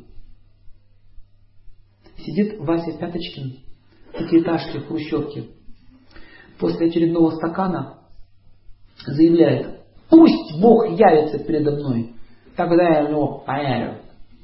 Сидит Вася Пяточкин в пятиэтажке в хрущевке. После очередного стакана заявляет: пусть Бог явится передо мной, тогда я в него поверю.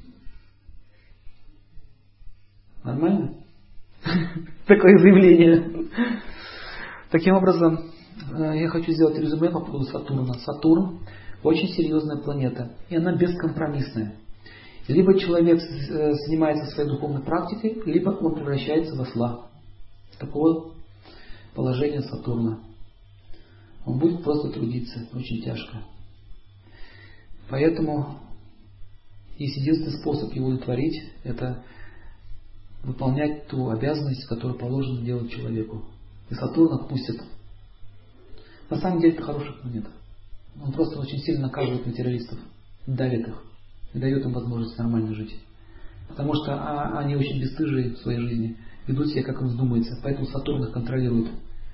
Нормально? Такое заявление. Таким образом, я хочу сделать резюме по поводу Сатурна. Сатурн очень серьезная планета, и она бескомпромиссная. Либо человек занимается своей духовной практикой, либо он превращается в осла. Такое положение Сатурна. Он будет просто трудиться очень тяжко. Поэтому есть единственный способ его удовлетворить, это выполнять ту обязанность, которую положено делать человеку. И Сатурн отпустит. На самом деле это хорошая планета. Он просто очень сильно наказывает материалистов, давит их, не дает им возможность нормально жить. Потому что они очень бесстыжие в своей жизни, ведут себя как им вздумается, поэтому Сатурн их контролирует.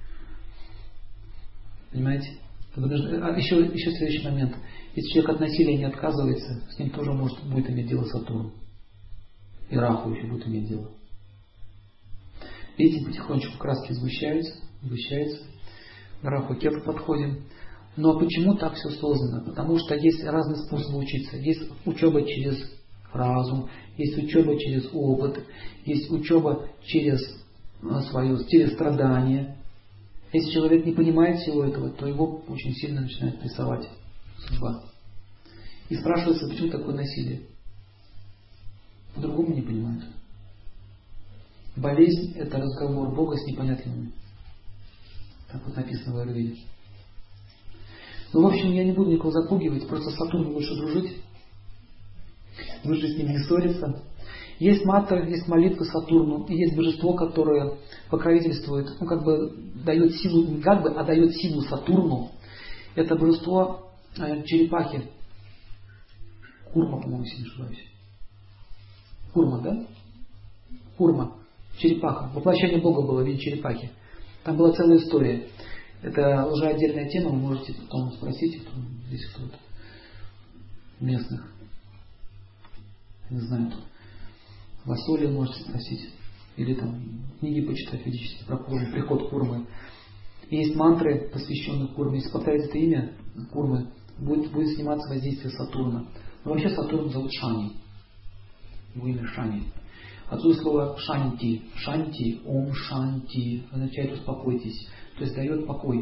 Понимаете? Еще следующий момент. Если человек от насилия не отказывается, с ним тоже будет иметь дело Сатурн. И Раху еще будет иметь дело. Видите, потихонечку краски сгущаются. К Раху Кету подходим. Но почему так все создано? Потому что есть разные способы учиться. Есть учеба через разум, есть учеба через опыт, есть учеба через страдания. Если человек не понимает всего этого, то его очень сильно начинает прессовать судьба. И спрашивается, почему такое насилие? По-другому не понимают. Болезнь – это разговор Бога с непонятливыми. Так вот написано в Аюрведе. Ну, в общем, я не буду никого запугивать, просто с Сатурном лучше дружить. Лучше с ним не ссориться. Есть мантры, есть молитвы Сатурну, и есть божество, которое покровительствует, дает силу, дает силу Сатурну. Это божество черепахи. Курма, по-моему, если не ошибаюсь. Курма, да? Курма. Черепаха. Воплощение Бога было в виде черепахи. Там была целая история. Это уже отдельная тема, вы можете потом спросить, здесь кто-то местных. Не знаю, в Асоле можете спросить. Или там книги почитать ведические про Курму, приход Курмы. И есть мантры, посвященные Курме. Если повторять это имя Курмы, будет сниматься воздействие Сатурна. Но вообще Сатурн зовут Шани. Его имя Шани. Отсюда слово Шанти. Шанти, Ом Шанти, означает успокойтесь. То есть дает покой.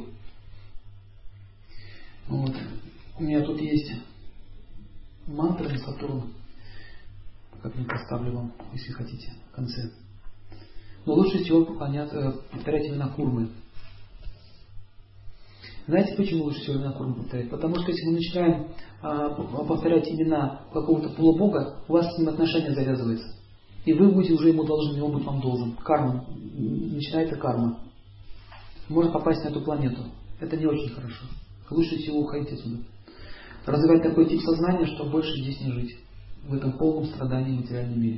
Вот. У меня тут есть мантра на Сатурн. Как-нибудь поставлю вам, если хотите, в конце. Но лучше всего повторять имена курмы. Знаете, почему лучше всего имена курмы повторять? Потому что если мы начинаем повторять имена какого-то полубога, у вас с ним отношения завязываются. И вы будете уже ему должны, и он будет вам должен. Карма. Начинается карма. Можно попасть на эту планету. Это не очень хорошо. Лучше всего уходить отсюда. Развивать такой тип сознания, чтобы больше здесь не жить. В этом полном страдании в материальном мире.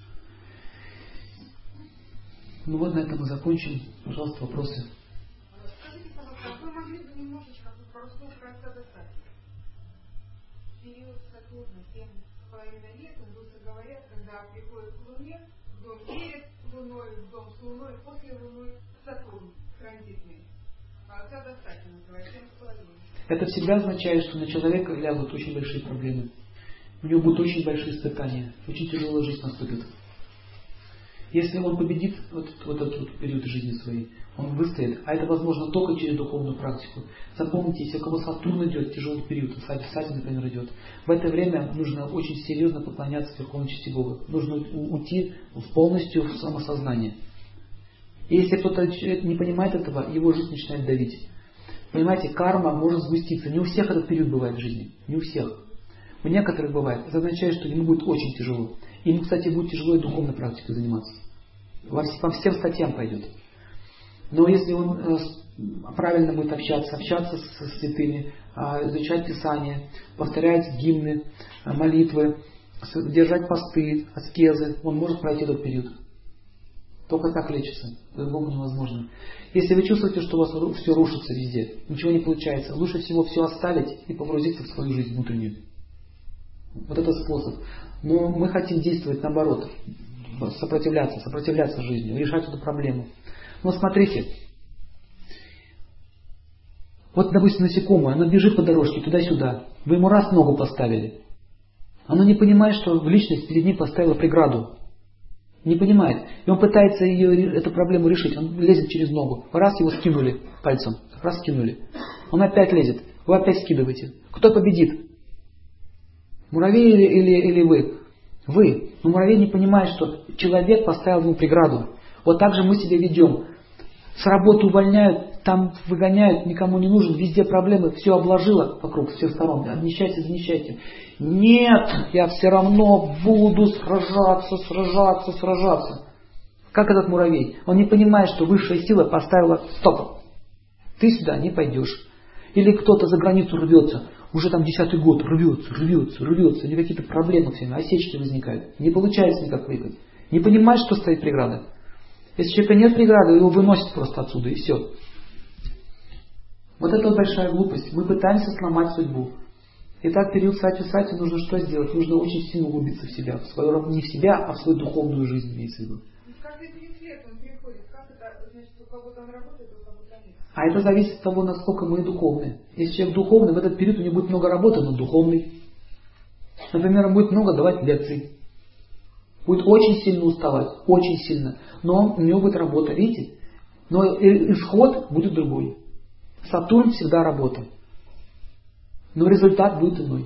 Ну вот на этом мы закончим. Пожалуйста, вопросы. Скажите, пожалуйста, вы могли бы немножечко про отца достаточно? Период Сатурна, 7,5 лет, индусы говорят, когда приходит к Луне, в дом перед Луной, в дом с Луной, после Луны Сатурн транзитный. А отца достаточно, называется 7,5. Это всегда означает, что на человека лягут очень большие проблемы. У него будут очень большие испытания. Очень тяжелая жизнь наступит. Если он победит вот этот период жизни своей, он выстоит, а это возможно только через духовную практику. Запомните, если у кого Сатурн идет, тяжелый период, Сатя, например, идет, в это время нужно очень серьезно поклоняться Верховной Части Бога. Нужно уйти полностью в самосознание. И если кто-то не понимает этого, его жизнь начинает давить. Понимаете, карма может сгуститься. Не у всех этот период бывает в жизни. Не у всех. У некоторых бывает. Это означает, что ему будет очень тяжело. Ему, кстати, будет тяжело и духовной практикой заниматься. По всем статьям пойдет. Но если он правильно будет общаться с святыми, изучать Писание, повторять гимны, молитвы, держать посты, аскезы, он может пройти этот период. Только так лечится. По-другому невозможно. Если вы чувствуете, что у вас все рушится везде, ничего не получается, лучше всего все оставить и погрузиться в свою жизнь внутреннюю. Вот это способ. Но мы хотим действовать наоборот. Сопротивляться жизни, решать эту проблему. Но смотрите. Вот, допустим, насекомое, оно бежит по дорожке туда-сюда. Вы ему раз ногу поставили. Оно не понимает, что личность перед ним поставила преграду. Не понимает. И он пытается эту проблему решить. Он лезет через ногу. Раз его скинули пальцем. Раз скинули. Он опять лезет. Вы опять скидываете. Кто победит? Муравей или вы? Вы. Но муравей не понимает, что человек поставил ему преграду. Вот так же мы себя ведем. С работы увольняют, там выгоняют, никому не нужен, везде проблемы, все обложило вокруг, с всех сторон. Несчастье за несчастьем. Нет, я все равно буду сражаться. Как этот муравей? Он не понимает, что высшая сила поставила стоп. Ты сюда не пойдешь. Или кто-то за границу рвется. Уже там 10-й год рвется. Или какие-то проблемы всеми, осечки возникают. Не получается никак выехать. Не понимает, что стоит преграда. Если у человека нет преграды, его выносит просто отсюда и все. Вот это вот большая глупость. Мы пытаемся сломать судьбу. Итак, период сати нужно что сделать? Нужно очень сильно углубиться в себя. Не в себя, а в свою духовную жизнь, имеется в виду. Каждый 30 лет он приходит. Как это, значит, у кого-то он работает, у кого-то нет? А это зависит от того, насколько мы духовны. Если человек духовный, в этот период у него будет много работы, но духовный. Например, он будет много давать лекций. Будет очень сильно уставать, очень сильно. Но у него будет работа, видите? Но исход будет другой. Сатурн всегда работа. Но результат будет иной.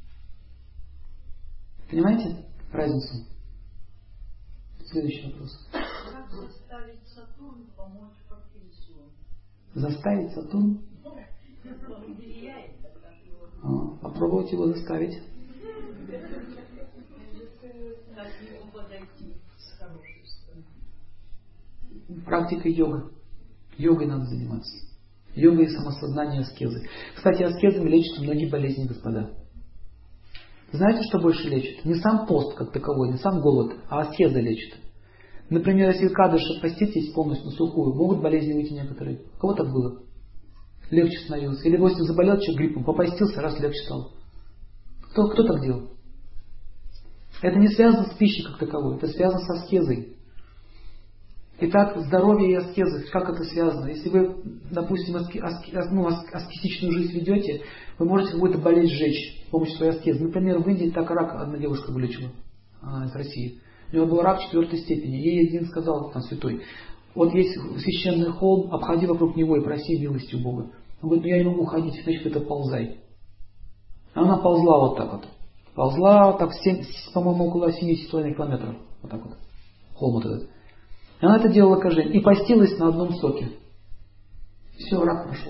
Понимаете разницу? Следующий вопрос. Как заставить Сатурн помочь Паркинсону? Заставить Сатурн? Он влияет, Попробовать его заставить. как к нему подойти с хорошей стороны. Практика йога. Йогой надо заниматься. Йога и самосознание, аскезы. Кстати, аскезами лечатся многие болезни, господа. Знаете, что больше лечит? Не сам пост как таковой, не сам голод, а аскеза лечит. Например, если кадыша поститесь полностью на сухую, могут болезни выйти некоторые. У кого так было? Легче становилось. Или если заболел человек гриппом, попастился, раз легче стал. Кто так делал? Это не связано с пищей как таковой, это связано с аскезой. Итак, здоровье и аскеза, как это связано? Если вы, допустим, аскетичную жизнь ведете, вы можете какую-то болезнь сжечь с помощью своей аскезы. Например, в Индии так рак одна девушка вылечила из России. У нее был рак 4 степени. Ей один сказал, там святой, вот есть священный холм, обходи вокруг него и проси милости у Бога. Он говорит, я не могу ходить, значит, это ползай. Она ползла вот так вот. Ползла вот так, по-моему, около 70,5 километров. Вот так вот. Холм вот этот. Она это делала каждый день и постилась на одном соке. Все, рак прошел.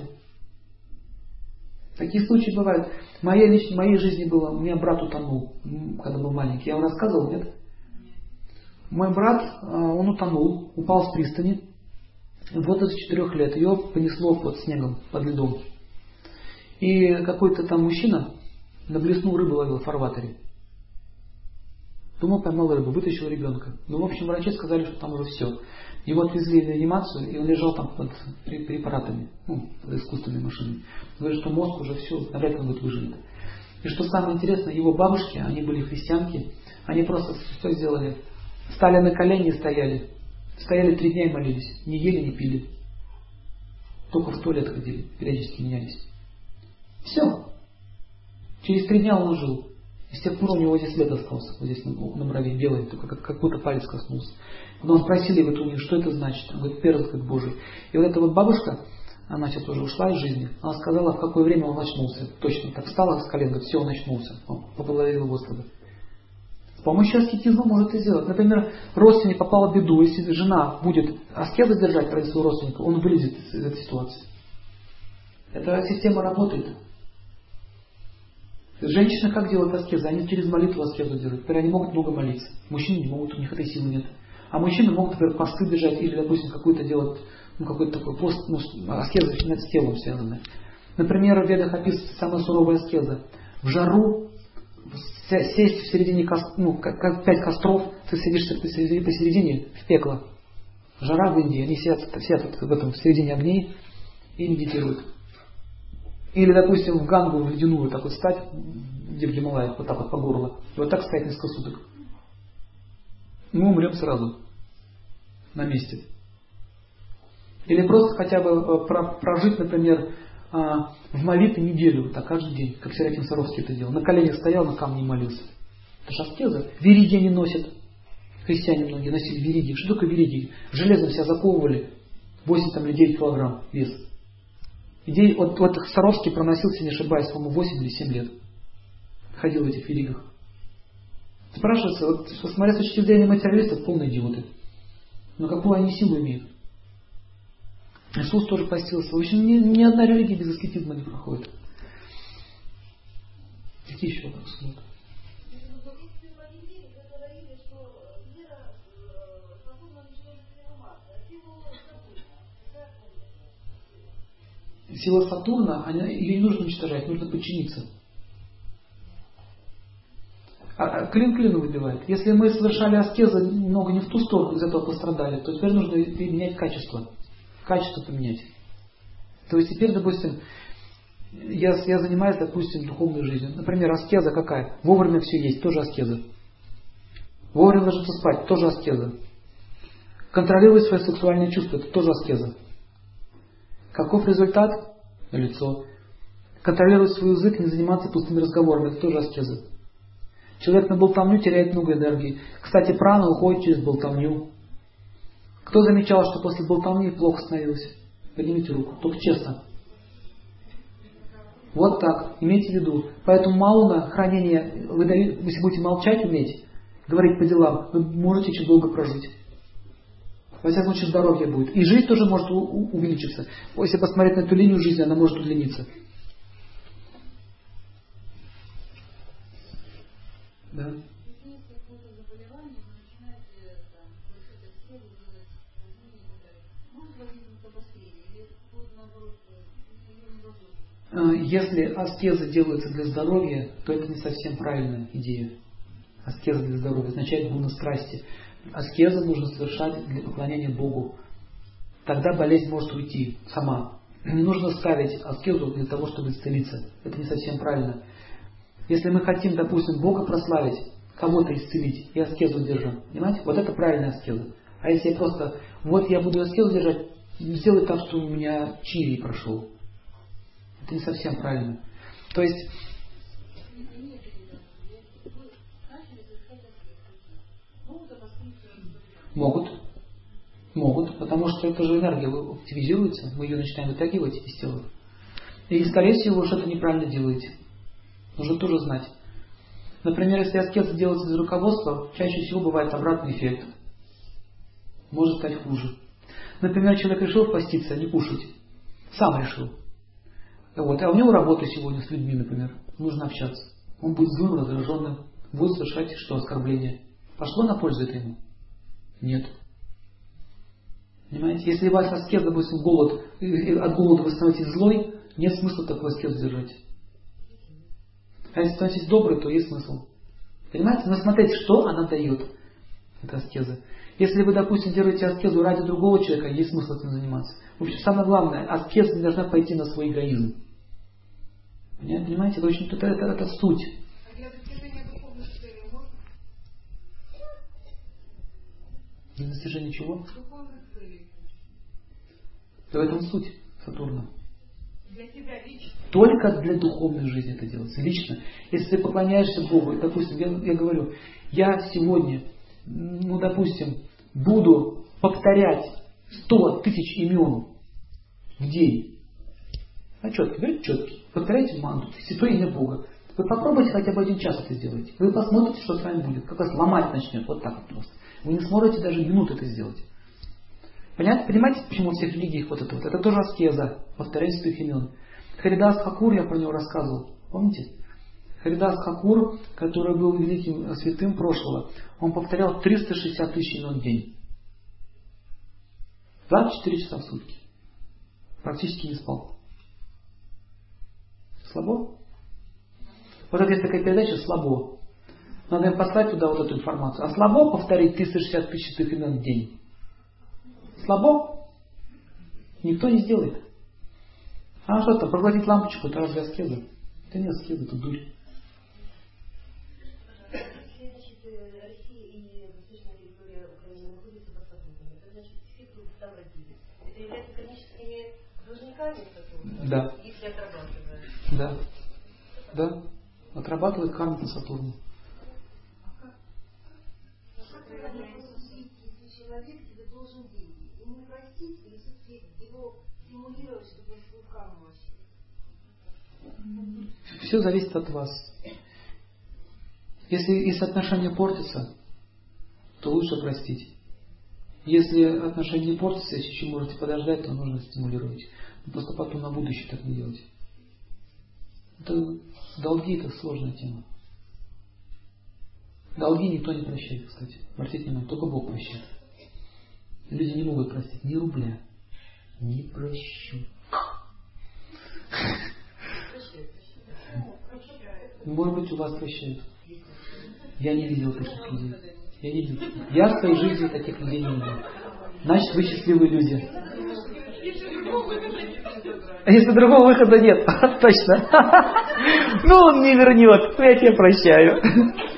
Такие случаи бывают. В моей жизни было, у меня брат утонул, когда был маленький. Я вам рассказывал, нет? Мой брат, он утонул, упал с пристани. В возрасте 4 лет ее понесло под снегом, под льдом. И какой-то там мужчина на блесну рыбу ловил в фарватере. Думал, поймал рыбу, вытащил ребенка. Ну, в общем, врачи сказали, что там уже все. Его отвезли в реанимацию, и он лежал там под препаратами, под искусственной машиной. Говорят, что мозг уже все, навряд ли он будет выживет. И что самое интересное, его бабушки, они были христианки, они просто что сделали? Стали на колени и стояли. Стояли 3 дня и молились. Не ели, не пили. Только в туалет ходили, периодически менялись. Все. Через 3 дня он жил. И с тех пор у него здесь след остался, вот здесь на брови белый, только как будто палец коснулся. Когда он спросили его, у него, что это значит, он говорит, перст как Божий. И вот эта вот бабушка, она сейчас уже ушла из жизни, она сказала, в какое время он очнулся. Точно так встала с колен, говорит, все, он очнулся. Он поблагодарил Господа. С помощью аскетизма может это сделать. Например, родственник попал в беду, если жена будет аскезу держать ради своего родственника, он вылезет из этой ситуации. Эта система работает. Женщины как делают аскезы? Они через молитву аскезу делают. Например, они могут много молиться. Мужчины не могут, у них этой силы нет. А мужчины могут, например, посты держать или, допустим, какой-то делать, какой-то такой пост, аскеза с телом связанная. Например, в Ведах описывается самая суровая аскеза. В жару сесть в середине, как 5 костров, ты сидишь посередине в пекло. Жара в Индии, они сидят в середине огней и медитируют. Или, допустим, в Гангу, в ледяную, так вот встать, где в Гималаях, вот так вот по горло, и вот так стоять несколько суток. Мы умрем сразу, на месте. Или просто хотя бы прожить, например, в молитве неделю, вот так каждый день, как Серафим Саровский это делал. На коленях стоял, на камне молился. Это же аскеза. Вериги они носят. Христиане многие носили вериги. Что такое вериги? Железом себя заковывали. 8 или 9 килограмм вес. Вот Саровский проносил, если не ошибаюсь, по-моему, 8 или 7 лет. Ходил в этих веригах. Спрашивается, вот, смотря с точки зрения материалистов, полные идиоты. Но какую они силу имеют? Иисус тоже постился. В общем, ни одна религия без аскетизма не проходит. Какие еще вопросы будут? Сила Сатурна, ее не нужно уничтожать, нужно подчиниться. Клин клину выбивает. Если мы совершали аскезы немного не в ту сторону, из этого пострадали, то теперь нужно менять качество. Качество поменять. То есть теперь, допустим, я занимаюсь, допустим, духовной жизнью. Например, аскеза какая? Вовремя все есть, тоже аскеза. Вовремя ложиться спать, тоже аскеза. Контролировать свои сексуальные чувства, это тоже аскеза. Каков результат? Лицо. Контролировать свой язык, не заниматься пустыми разговорами, это тоже аскеза. Человек на болтовню теряет много энергии. Кстати, прана уходит через болтовню. Кто замечал, что после болтовни плохо становилось? Поднимите руку, только честно. Вот так, имейте в виду. Поэтому мауна, хранение, если будете молчать уметь, говорить по делам, вы можете очень долго прожить. Во всяком случае, здоровье будет. И жизнь тоже может увеличиться. Если посмотреть на эту линию жизни, она может удлиниться. Да. Если аскеза делается для здоровья, то это не совсем правильная идея. Аскеза для здоровья означает гуна страсти. Аскезу нужно совершать для поклонения Богу. Тогда болезнь может уйти сама. Не нужно ставить аскезу для того, чтобы исцелиться. Это не совсем правильно. Если мы хотим, допустим, Бога прославить, кого-то исцелить и аскезу держим, понимаете? Вот это правильная аскеза. А если я просто, вот я буду аскезу держать, сделай так, что у меня чири прошел. Это не совсем правильно. То есть, могут, потому что это же энергия активизируется, мы ее начинаем вытягивать из тела. И, скорее всего, вы что-то неправильно делаете. Нужно тоже знать. Например, если аскеза делается без руководства, чаще всего бывает обратный эффект. может стать хуже. Например, человек решил поститься, не кушать. Сам решил. Вот. А у него работа сегодня с людьми, например. Нужно общаться. Он будет злым, раздраженным. Будет совершать что? Оскорбление. Пошло на пользу это ему? Нет. Понимаете? Если у вас аскез, допустим, голод, от голода вы становитесь злой, нет смысла такой аскез держать. А если становитесь добрый, то есть смысл. Понимаете? Но смотрите, что она дает. Это аскеза. Если вы, допустим, делаете аскезу ради другого человека, есть смысл этим заниматься. В общем, самое главное, аскеза не должна пойти на свой эгоизм. Понимаете? В общем, это суть. А для достижения духовных целей можно? Для достижения чего? Духовных целей. В этом суть Сатурна. Для тебя лично. Только для духовной жизни это делается. Лично. Если ты поклоняешься Богу, допустим, я говорю, я сегодня, допустим, буду повторять 100 тысяч имен в день. А четкий, берите четкий. Повторяйте мантру, святое имя Бога. Вы попробуйте хотя бы 1 час это сделать. Вы посмотрите, что с вами будет. Как вас ломать начнет. Вот так вот просто. Вы не сможете даже минуту это сделать. Понятно? Понимаете, почему у всех религиях вот это вот? Это тоже аскеза. Повторение святых имен. Харидас Хакур, я про него рассказывал. Помните? Харидас Хакур, который был великим святым прошлого, он повторял 360 тысяч имен в день. 24 часа в сутки. Практически не спал. Слабо? Вот это есть такая передача «Слабо». Надо им послать туда вот эту информацию. А слабо повторить 360 тысяч святых имен в день? Слабо? Никто не сделает. А что там, проглотить лампочку, это разве аскеза? Это не аскеза, это дурь. Да. Да. Да. Отрабатывает карму по Сатурну. Если человек тебе должен деньги, ему не простить или все-таки его стимулировать, чтобы он свою карму вообще? Все зависит от вас. Если отношения портятся, то лучше простить. Если отношения не портятся, если еще можете подождать, то нужно стимулировать. Но просто потом на будущее так не делать. Долги это сложная тема. Долги никто не прощает, кстати. Обратите внимание, только Бог прощает. Люди не могут простить ни рубля. Не прощу. Может быть, у вас прощают. Я не видел таких людей. Я видел. Я в своей жизни таких людей не видел. Значит, вы счастливые люди. А если другого выхода нет, точно. Ну, он не вернет. Я тебе прощаю.